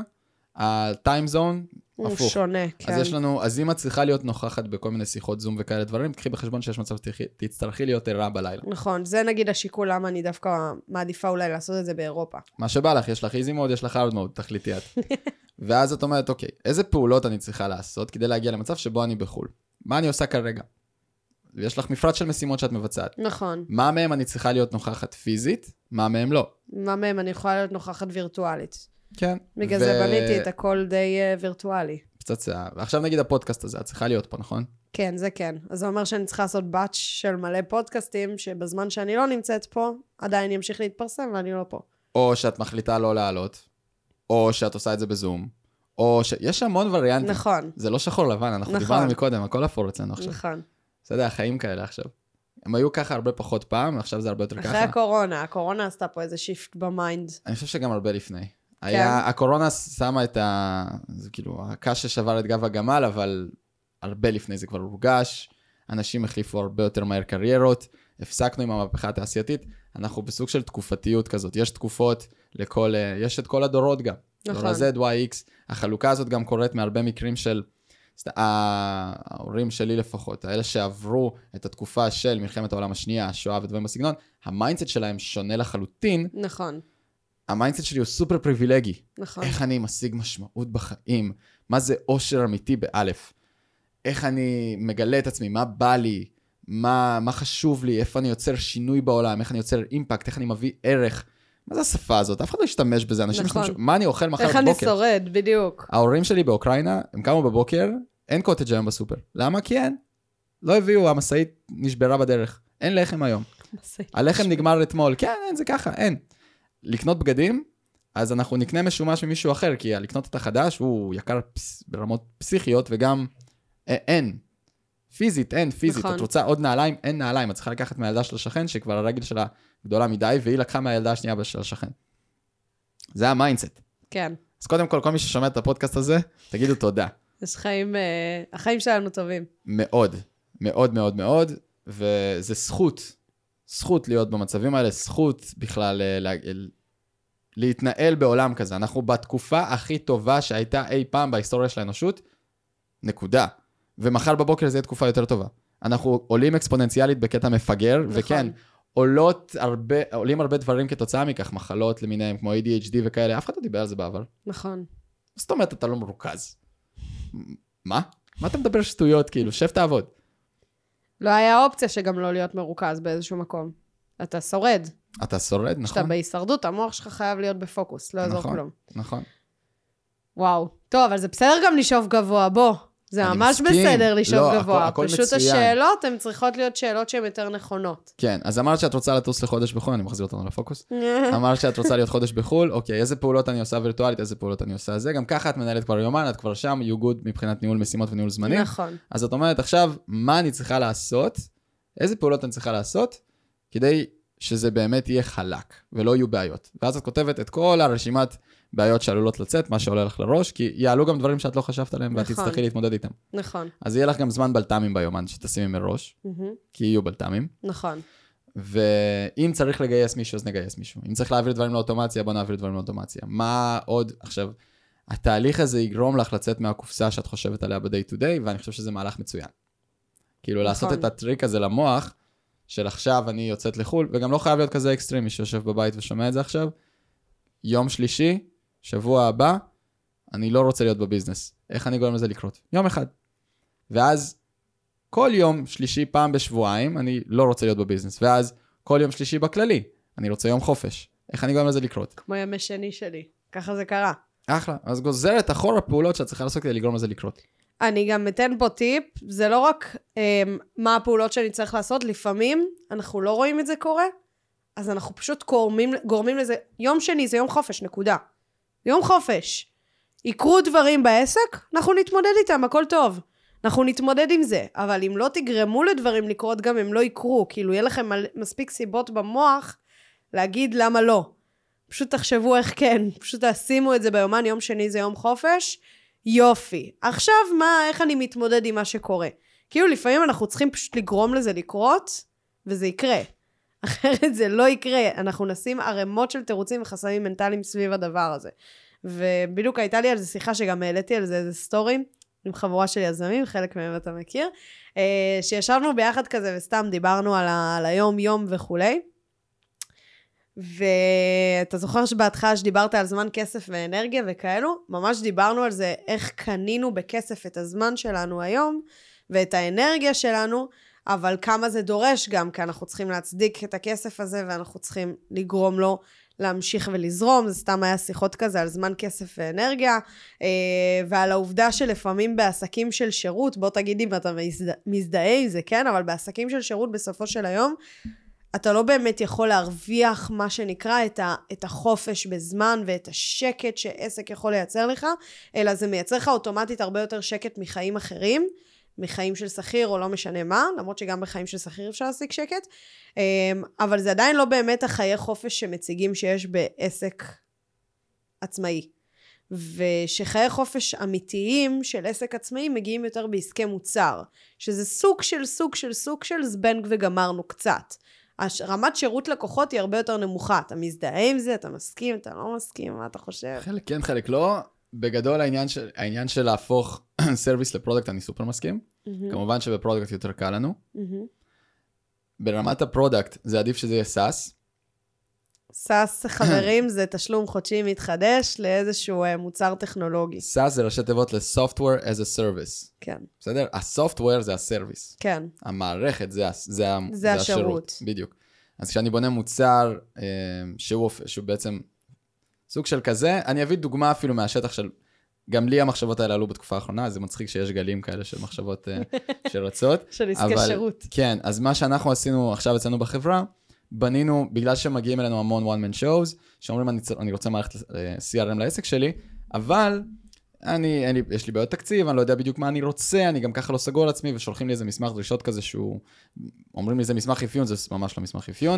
הטיים זון, הוא הפוך. שונה, כן. אז אם את צריכה להיות נוכחת בכל מיני שיחות זום וכאלה דברים, תקחי בחשבון שיש מצב תצטרכי להיות ערה בלילה. נכון, זה נגיד השיקול למה אני דווקא מעדיפה אולי לעשות את זה באירופה. מה שבא לך, יש לך איזי מוד, יש לך הארד מוד, תחליטי את. ואז את אומרת, אוקיי, איזה פעולות אני צריכה לעשות כדי להגיע למצב שבו אני בחול? מה אני עושה כרגע? ויש לך מפרט של משימות שאת מבצעת. נכון. מה מהם אני צריכה להיות נוכחת פיזית? מה מהם לא? מה מהם אני יכולה להיות נוכחת וירטואלית. כן. בגלל זה בניתי את הכל די וירטואלי. פצצה. ועכשיו נגיד הפודקאסט הזה, את צריכה להיות פה, נכון? כן, זה כן. אז זה אומר שאני צריכה לעשות באץ' של מלא פודקאסטים, שבזמן שאני לא נמצאת פה, עדיין ימשיך להתפרסם ואני לא פה. או שאת מחליטה לא לעלות, או שאת עושה את זה בזום, או יש המון וריאנטים. נכון. זה לא שחור לבן, אנחנו דיברנו מקודם, הכל אפור אצלנו עכשיו. נכון. זה יודע, החיים כאלה עכשיו. הם היו ככה הרבה פחות פעם, עכשיו זה הרבה יותר ככה. אחרי הקורונה עשתה פה איזה שיפט במיינד. אני חושב שגם הרבה לפני. הקורונה שמה זה כאילו, הקש ששבר את גב הגמל, אבל הרבה לפני זה כבר הורגש, אנשים החליפו הרבה יותר מהר קריירות, הפסקנו עם המהפכה התעשייתית, אנחנו בסוג של תקופתיות כזאת, יש תקופות יש את כל הדורות גם. נכון. דור ה-Z, Y, X, החלוקה הזאת גם קורית מהרבה מקרים של, ההורים שלי לפחות, האלה שעברו את התקופה של מלחמת העולם השנייה, השואה ודברים בסגנון, המיינדסט שלהם שונה לחלוטין. נכון. המיינדסט שלי הוא סופר פריבילגי. נכון. איך אני משיג משמעות בחיים? מה זה אושר אמיתי באלף? איך אני מגלה את עצמי? מה בא לי? מה חשוב לי? איפה אני יוצר שינוי בעולם? איך אני יוצר אימפקט? איך אני מביא ערך? מה זה השפה הזאת? אף אחד לא ישתמש בזה. אנשים נכון. מה אני אוכל מחר בבוקר? איך אני שורד, בדיוק. ההורים שלי באוקראינה, הם קמו בבוקר, אין קוטג' היום בסופר. למה? כי אין. לא הביאו, המשאית נשברה בדרך. אין לחם היום. הלחם נגמר אתמול. כן, אין, זה ככה, אין. לקנות בגדים, אז אנחנו נקנה משומש ממישהו אחר, כי לקנות את החדש הוא יקר ברמות פסיכיות, וגם אין. פיזית, אין פיזית. נכון. את רוצה עוד נעליים, אין נעליים. את צריכה לקחת מהילדה של השכן, שכבר הרגל שלה גדולה מדי, והיא לקחה מהילדה השנייה של השכן. זה המיינדסט. כן. אז קודם כל מי ששומע את הפודקאסט הזה, תגידו תודה. יש חיים, החיים שלנו טובים. מאוד, מאוד מאוד מאוד, וזה זכות להיות במצבים האלה, זכות בכלל להתנהל בעולם כזה. אנחנו בתקופה הכי טובה שהייתה אי פעם בהיסטוריה של האנושות, נקודה. ומחר בבוקר זה יהיה תקופה יותר טובה. אנחנו עולים אקספוננציאלית בקטע מפגר, נכון. וכן, עולים הרבה דברים כתוצאה מכך, מחלות למיניהם, כמו ADHD וכאלה, אף אחד לא דיבר על זה בעבר. נכון. זאת אומרת, אתה לא מרוכז. מה? מה אתה מדבר שטויות, כאילו? שב תעבוד. לא היה אופציה שגם לא להיות מרוכז באיזשהו מקום. אתה שורד. אתה שורד, נכון? כשאתה בהישרדות, המוח שלך חייב להיות בפוקוס, לא יעזור כלום. נכון. וואו. טוב, אבל זה בסדר גם לשאוף גבוה, בוא. זה ממש בסדר לשאוף גבוה. פשוט השאלות, הן צריכות להיות שאלות שהן יותר נכונות. כן, אז אמרת שאת רוצה לטוס לחודש בחול, אני מחזיר אותנו לפוקוס. אמרת שאת רוצה להיות חודש בחול, אוקיי, איזה פעולות אני עושה וירטואלית, איזה פעולות אני עושה זה, גם ככה את מנהלת כבר יומן, את כבר שם, you good מבחינת ניהול משימות וניהול זמנים. נכון. אז את אומרת עכשיו, מה אני צריכה לעשות, איזה פעולות אני צריכה לעשות, כדי שזה באמת יהיה חלק, ולא יהיו בעיות. ואז את כותבת את כל הרשימת בעיות שעלולות לצאת, מה שעולה לך לראש, כי יעלו גם דברים שאת לא חשבת עליהם, ואת תצטרכי להתמודד איתם. נכון. אז יהיה לך גם זמן בלת"מים ביומן, שתשימי מראש, כי יהיו בלת"מים. נכון. ואם צריך לגייס מישהו, אז נגייס מישהו. אם צריך להעביר דברים לאוטומציה, בוא נעביר דברים לאוטומציה. מה עוד? עכשיו, התהליך הזה יגרום לך לצאת מהקופסה שאת חושבת עליה ב-day to day, ואני חושב שזה מהלך מצוין. כאילו, לעשות את הטריק הזה למוח, של עכשיו אני יוצאת לחול, וגם לא חייב להיות כזה אקסטרים, מי שיושב בבית ושומע את זה עכשיו. יום שלישי, שבוע הבא, אני לא רוצה להיות בביזנס. איך אני גורם לזה לקרות? יום אחד. ואז, כל יום שלישי פעם בשבועיים, אני לא רוצה להיות בביזנס. ואז, כל יום שלישי בכללי, אני רוצה יום חופש. איך אני גורם לזה לקרות? כמו ימי שני שלי. ככה זה קרה. אחלה. אז גוזרת אחורה פעולות שאת צריכה לעשות כדי לגרום לזה לקרות. אני גם אתן פה טיפ, זה לא רק מה הפעולות שאני צריך לעשות, לפעמים אנחנו לא רואים את זה קורה, אז אנחנו פשוט גורמים לזה, יום שני זה יום חופש, נקודה. יום חופש. יקרו דברים בעסק, אנחנו נתמודד איתם, הכל טוב. אנחנו נתמודד עם זה, אבל אם לא תגרמו לדברים לקרות, גם הם לא יקרו, כאילו יהיה לכם מספיק סיבות במוח להגיד למה לא. פשוט תחשבו איך כן, פשוט תשימו את זה ביומן, יום שני זה יום חופש, יופי. עכשיו איך אני מתמודד עם מה שקורה? כאילו לפעמים אנחנו צריכים פשוט לגרום לזה לקרות, וזה יקרה. אחרת זה לא יקרה. אנחנו נשים ערימות של תירוצים וחסמים מנטליים סביב הדבר הזה. ובדיוק הייתה לי על זה שיחה שגם העליתי על זה איזה סטורי, עם חבורה של יזמים, חלק מהם אתה מכיר, שישבנו ביחד כזה וסתם דיברנו על היום-יום וכולי. ואתה זוכר שבהתחלה שדיברת על זמן, כסף ואנרגיה וכאלו, ממש דיברנו על זה, איך קנינו בכסף את הזמן שלנו היום, ואת האנרגיה שלנו, אבל כמה זה דורש גם, כי אנחנו צריכים להצדיק את הכסף הזה, ואנחנו צריכים לגרום לו להמשיך ולזרום, זה סתם היה שיחות כזה על זמן, כסף ואנרגיה, ועל העובדה שלפעמים בעסקים של שירות, בוא תגיד אם אתה מזדהה עם זה, כן, אבל בעסקים של שירות בסופו של היום, אתה לא באמת יכול להרוויח מה שנקרא את החופש בזמן ואת השקט שעסק יכול לייצר לך, אלא זה מייצר לך אוטומטית הרבה יותר שקט מחיים אחרים, מחיים של שכיר או לא משנה מה, למרות שגם בחיים של שכיר אפשר להשיג שקט, אבל זה עדיין לא באמת החיי חופש שמציגים שיש בעסק עצמאי. ושחיי חופש אמיתיים של עסק עצמאי מגיעים יותר בעסקי מוצר, שזה סוג של זבנג וגמרנו קצת. רמת שירות לקוחות היא הרבה יותר נמוכה. אתה מזדהה עם זה, אתה מסכים, אתה לא מסכים, מה אתה חושב? חלק כן, חלק לא. בגדול העניין של להפוך סרוויס לפרודקט, אני סופר מסכים. כמובן שבפרודקט יותר קל לנו. ברמת הפרודקט, זה עדיף שזה יהיה סאס. סאס, חברים, זה תשלום חודשי מתחדש לאיזשהו מוצר טכנולוגי. סאס זה ראשי תיבות ל-Software as a Service. כן. בסדר? ה-Software זה הסרוויס. כן. המערכת זה השירות. בדיוק. אז כשאני בונה מוצר שהוא בעצם סוג של כזה, אני אביא דוגמה אפילו מהשטח של, גם לי המחשבות האלה עלו בתקופה האחרונה, זה מצחיק שיש גלים כאלה של מחשבות שרצות. של עסקי שירות. כן, אז מה שאנחנו עשינו עכשיו אצלנו בחברה, בנינו, בגלל שמגיעים אלינו המון one man shows, שאומרים אני רוצה מערכת CRM לעסק שלי, אבל יש לי בעיות תקציב, אני לא יודע בדיוק מה אני רוצה, אני גם ככה לא סגור על עצמי, ושולחים לי איזה מסמך דרישות כזה שהוא, אומרים לי זה מסמך אפיון, זה ממש לא מסמך אפיון.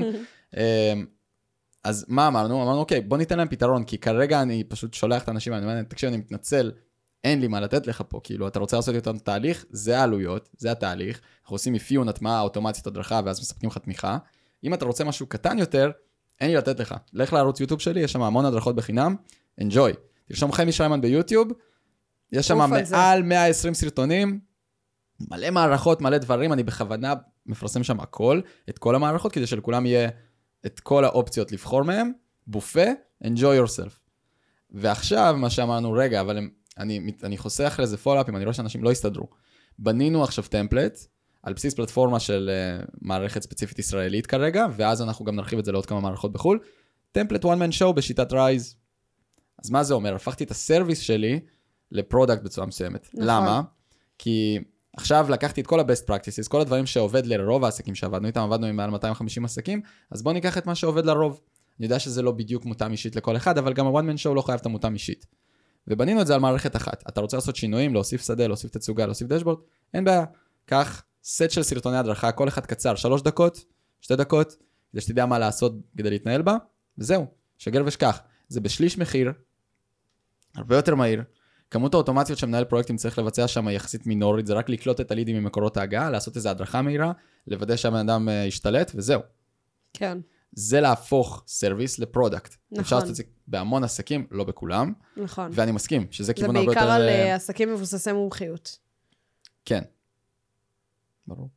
אז מה אמרנו? אמרנו, אוקיי, בוא ניתן להם פתרון, כי כרגע אני פשוט שולח את האנשים, אני אומר, תקשיב, אני מתנצל, אין לי מה לתת לך פה, כאילו, אתה רוצה לעשות איתנו תהליך, זה העלויות, זה התהליך, אנחנו עושים אפיון, הטמעה, אוטומצית, הדרכה, ואז מספקים לך תמיכה. אם אתה רוצה משהו קטן יותר, אין לי לתת לך. לך לערוץ יוטיוב שלי, יש שם המון הדרכות בחינם, enjoy. תרשום חמי שיימן ביוטיוב, יש שם מעל 120 סרטונים, מלא מערכות, מלא דברים, אני בכוונה מפרסם שם הכל, את כל המערכות, כדי שלכולם יהיה את כל האופציות לבחור מהם, בופה, enjoy yourself. ועכשיו, מה שאמרנו, רגע, אבל אני חוסך לזה פולאפ, אם אני רואה שאנשים לא יסתדרו. בנינו עכשיו טמפלט, על בסיס פלטפורמה של מערכת ספציפית ישראלית כרגע, ואז אנחנו גם נרחיב את זה לעוד כמה מערכות בחול. טמפלט one man show בשיטת רייז. אז מה זה אומר? הפכתי את הסרוויס שלי לפרודקט בצורה מסוימת. נכון. למה? כי עכשיו לקחתי את כל ה-best practices, כל הדברים שעובד לרוב העסקים שעבדנו איתם, עבדנו עם מעל 250 עסקים, אז בוא ניקח את מה שעובד לרוב. אני יודע שזה לא בדיוק מותאם אישית לכל אחד, אבל גם ה-one man show לא חייב את המותאם אישית. ובנינו את זה על מערכת אחת. אתה רוצה לעשות שינויים, להוסיף שדה, להוסיף תצוגה, להוסיף דשבורד, אין בעיה. קח סט של סרטוני הדרכה, כל אחד קצר, 3 דקות, 2 דקות, כדי שתדע מה לעשות כדי להתנהל בה, וזהו, שגר ושכח. זה בשליש מחיר, הרבה יותר מהיר. כמות האוטומציות שמנהל פרויקטים צריך לבצע שם יחסית מינורית, זה רק לקלוט את הלידים ממקורות ההגעה, לעשות איזו הדרכה מהירה, לוודא שהבן אדם ישתלט, וזהו. כן. זה להפוך סרוויס לפרודקט. נכון. אפשר לעשות את זה בהמון עסקים, לא בכולם. נכון. ואני מסכים, שזה כיוון הרבה יותר... זה בעיקר על עסקים מבוססי מומחיות. כן. ברור.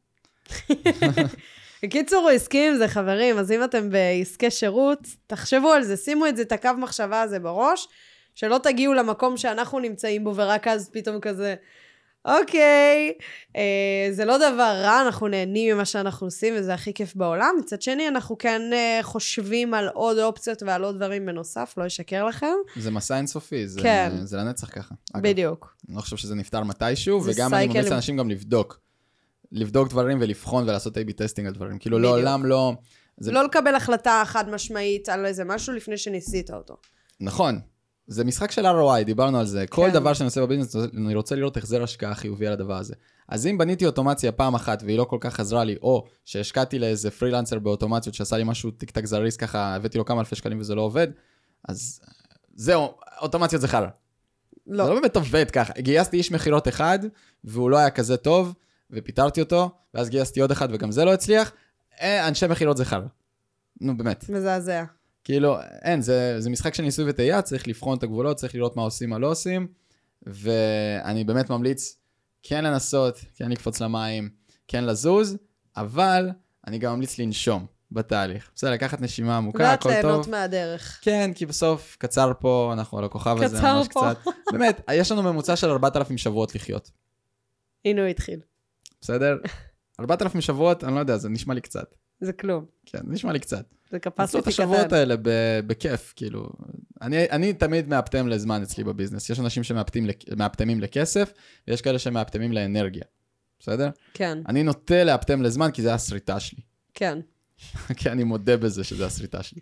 בקיצור, הוא הסכים עם זה, חברים, אז אם אתם בעסקי שירות, תחשבו על זה, שימו את זה, את הקו מחשבה הזה בראש, שלא תגיעו למקום שאנחנו נמצאים בו, ורק אז פתאום כזה, אוקיי, זה לא דבר רע, אנחנו נהנים ממה שאנחנו עושים, וזה הכי כיף בעולם. מצד שני, אנחנו כן חושבים על עוד אופציות ועל עוד דברים בנוסף, לא אשקר לכם. זה מסע אינסופי, כן. זה לנצח ככה. בדיוק. אני לא חושב שזה נפטר מתישהו, וגם אני ממליץ לאנשים גם לבדוק דברים ולבחון ולעשות A/B טסטינג על דברים. כאילו לעולם לא... לא לקבל החלטה חד משמעית על איזה משהו לפני שניסית אותו. נכון. זה משחק של ROI, דיברנו על זה. כל דבר שאני עושה בביזנס, אני רוצה לראות החזר השקעה חיובי על הדבר הזה. אז אם בניתי אוטומציה פעם אחת והיא לא כל כך חזרה לי, או שהשקעתי לאיזה פרילנסר באוטומציות שעשה לי משהו טיק-טק זריז ככה, הבאתי לו כמה אלפי שקלים וזה לא עובד, אז זהו, אוטומציות זה חרא. לא. זה לא באמת עובד ככה. גייסתי איש מחירות אחד, והוא לא היה כזה טוב, ופיטרתי אותו, ואז גייסתי עוד אחד וגם זה לא הצליח. אנשי מחירות זה חרא. נו, באמת. מזעזע. כאילו, אין, זה משחק של ניסוי וטעייה, צריך לבחון את הגבולות, צריך לראות מה עושים, מה לא עושים, ואני באמת ממליץ כן לנסות, כן לקפוץ למים, כן לזוז, אבל אני גם ממליץ לנשום בתהליך. בסדר, לקחת נשימה עמוקה, הכל טוב. ואת ליהנות מהדרך. כן, כי בסוף קצר פה, אנחנו על הכוכב הזה ממש קצת. באמת, יש לנו ממוצע של 4,000 שבועות לחיות. הנה הוא התחיל. בסדר? 4,000 שבועות, אני לא יודע, זה נשמע לי קצת. זה כלום. כן, זה נשמע לי קצת. זה קפסיטי קטן. לעשות את השבועות האלה בכיף, כאילו. אני תמיד מאפתם לזמן אצלי בביזנס. יש אנשים שמאפתמים לכסף, ויש כאלה שמאפתמים לאנרגיה. בסדר? כן. אני נוטה לאפתם לזמן, כי זה הסריטה שלי. כן. כי אני מודה בזה שזה הסריטה שלי.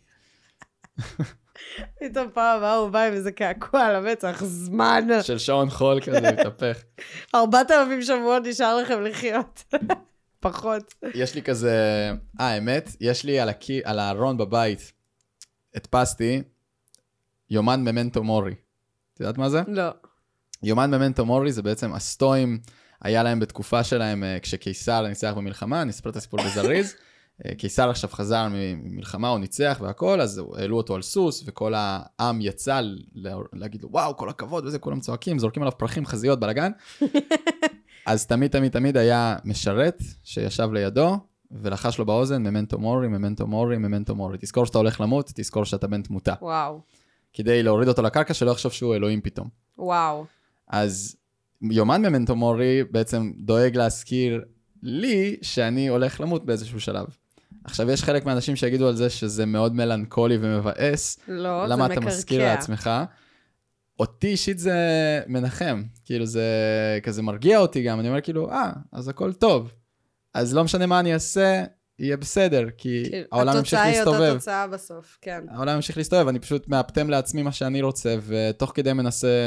פתאום פעם הבאה הוא בא עם איזה קעקוע על המצח, זמן. של שעון חול כזה, מתהפך. 4,000 שבועות נשאר לכם לחיות. פחות. יש לי כזה, האמת, יש לי על הארון בבית, הדפסתי, יומן ממנטו מורי. את יודעת מה זה? לא. יומן ממנטו מורי זה בעצם הסטואים, היה להם בתקופה שלהם, כשקיסר ניצח במלחמה, אני אספר את הסיפור בזריז, קיסר עכשיו חזר ממלחמה, הוא ניצח והכל, אז העלו אותו על סוס, וכל העם יצא להגיד לו, וואו, כל הכבוד, וזה, כולם צועקים, זורקים עליו פרחים, חזיות, בלגן. אז תמיד היה משרת שישב לידו, ולחש לו באוזן, ממנטו מורי, ממנטו מורי, ממנטו מורי. תזכור שאתה הולך למות, תזכור שאתה בן תמותה. וואו. כדי להוריד אותו לקרקע, שלא יחשוב שהוא אלוהים פתאום. וואו. אז יומן ממנטו מורי בעצם דואג להזכיר לי שאני הולך למות באיזשהו שלב. עכשיו, יש חלק מהאנשים שיגידו על זה שזה מאוד מלנכולי ומבאס. לא, למה זה אתה מזכיר לעצמך? אותי אישית זה מנחם. כאילו זה כזה מרגיע אותי גם. אני אומר כאילו, אז הכל טוב. אז לא משנה מה אני אעשה, יהיה בסדר, כי העולם ימשיך להסתובב. התוצאה היא אותה תוצאה בסוף, כן. העולם ימשיך להסתובב, אני פשוט מאפתם לעצמי מה שאני רוצה, ותוך כדי מנסה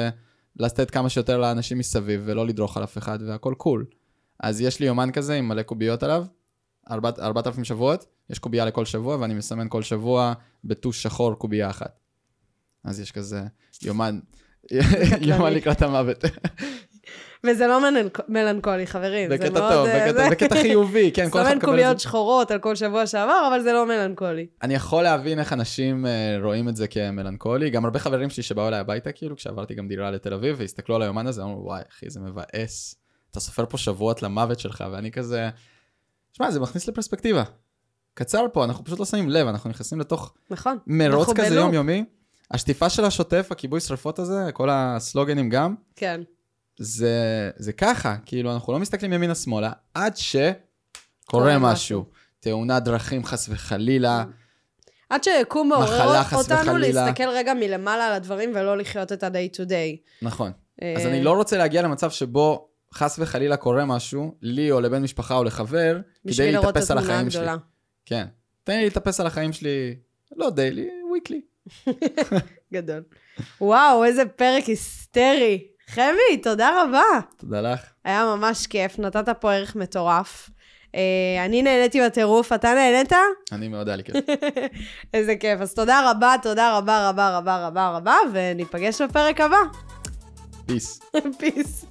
לתת כמה שיותר לאנשים מסביב, ולא לדרוך על אף אחד, והכל קול. אז יש לי יומן כזה עם מלא קוביות עליו, 4,000 שבועות, יש קובייה לכל שבוע, ואני מסמן כל שבוע בטוש שחור קובייה אחת. אז יש כזה יומן לקראת המוות. וזה לא מלנכולי, חברים. בקטע טוב, בקטע חיובי, כן. סמן קוביות שחורות על כל שבוע שעבר, אבל זה לא מלנכולי. אני יכול להבין איך אנשים רואים את זה כמלנכולי, גם הרבה חברים שלי שבאו אליי הביתה, כאילו, כשעברתי גם דירה לתל אביב, והסתכלו על היומן הזה, אמרו, וואי, אחי, זה מבאס. אתה סופר פה שבועות למוות שלך, ואני כזה, שמע, זה מכניס לפרספקטיבה. קצר פה, אנחנו פשוט לא שמים לב, אנחנו נכנסים לתוך מרוץ כזה יומיומי. השטיפה של השוטף, הכיבוי שריפות הזה, כל הסלוגנים גם. כן. זה ככה, כאילו אנחנו לא מסתכלים ימינה שמאלה, עד שקורה משהו. תאונת דרכים חס וחלילה. עד שיקום מעורר אותנו להסתכל רגע מלמעלה על הדברים, ולא לחיות את ה-day to day. נכון. אז אני לא רוצה להגיע למצב שבו חס וחלילה קורה משהו, לי או לבן משפחה או לחבר, כדי להתאפס על החיים שלי. כן. תן לי להתאפס על החיים שלי, לא דיילי, וויקלי. גדול. וואו, איזה פרק היסטרי. חמי, תודה רבה. תודה לך. היה ממש כיף, נתת פה ערך מטורף. אני נהניתי בטירוף, אתה נהנית? אני מאוד היה לי כיף. איזה כיף, אז תודה רבה, תודה רבה, רבה, רבה, רבה, רבה, וניפגש בפרק הבא. פיס. פיס.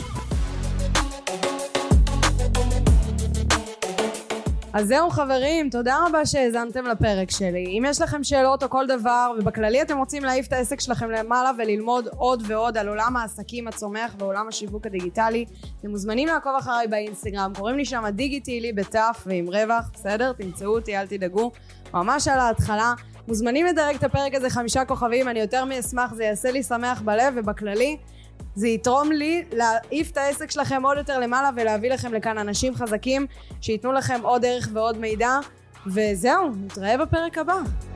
אז זהו חברים, תודה רבה שהאזנתם לפרק שלי. אם יש לכם שאלות או כל דבר, ובכללי אתם רוצים להעיף את העסק שלכם למעלה וללמוד עוד ועוד על עולם העסקים הצומח ועולם השיווק הדיגיטלי, אתם מוזמנים לעקוב אחריי באינסטגרם, קוראים לי שם דיגיטילי בתף ועם רווח, בסדר? תמצאו אותי, אל תדאגו, ממש על ההתחלה. מוזמנים לדרג את הפרק הזה 5 כוכבים, אני יותר מאשמח, זה יעשה לי שמח בלב, ובכללי זה יתרום לי להעיף את העסק שלכם עוד יותר למעלה ולהביא לכם לכאן אנשים חזקים שיתנו לכם עוד ערך ועוד מידע, וזהו, נתראה בפרק הבא.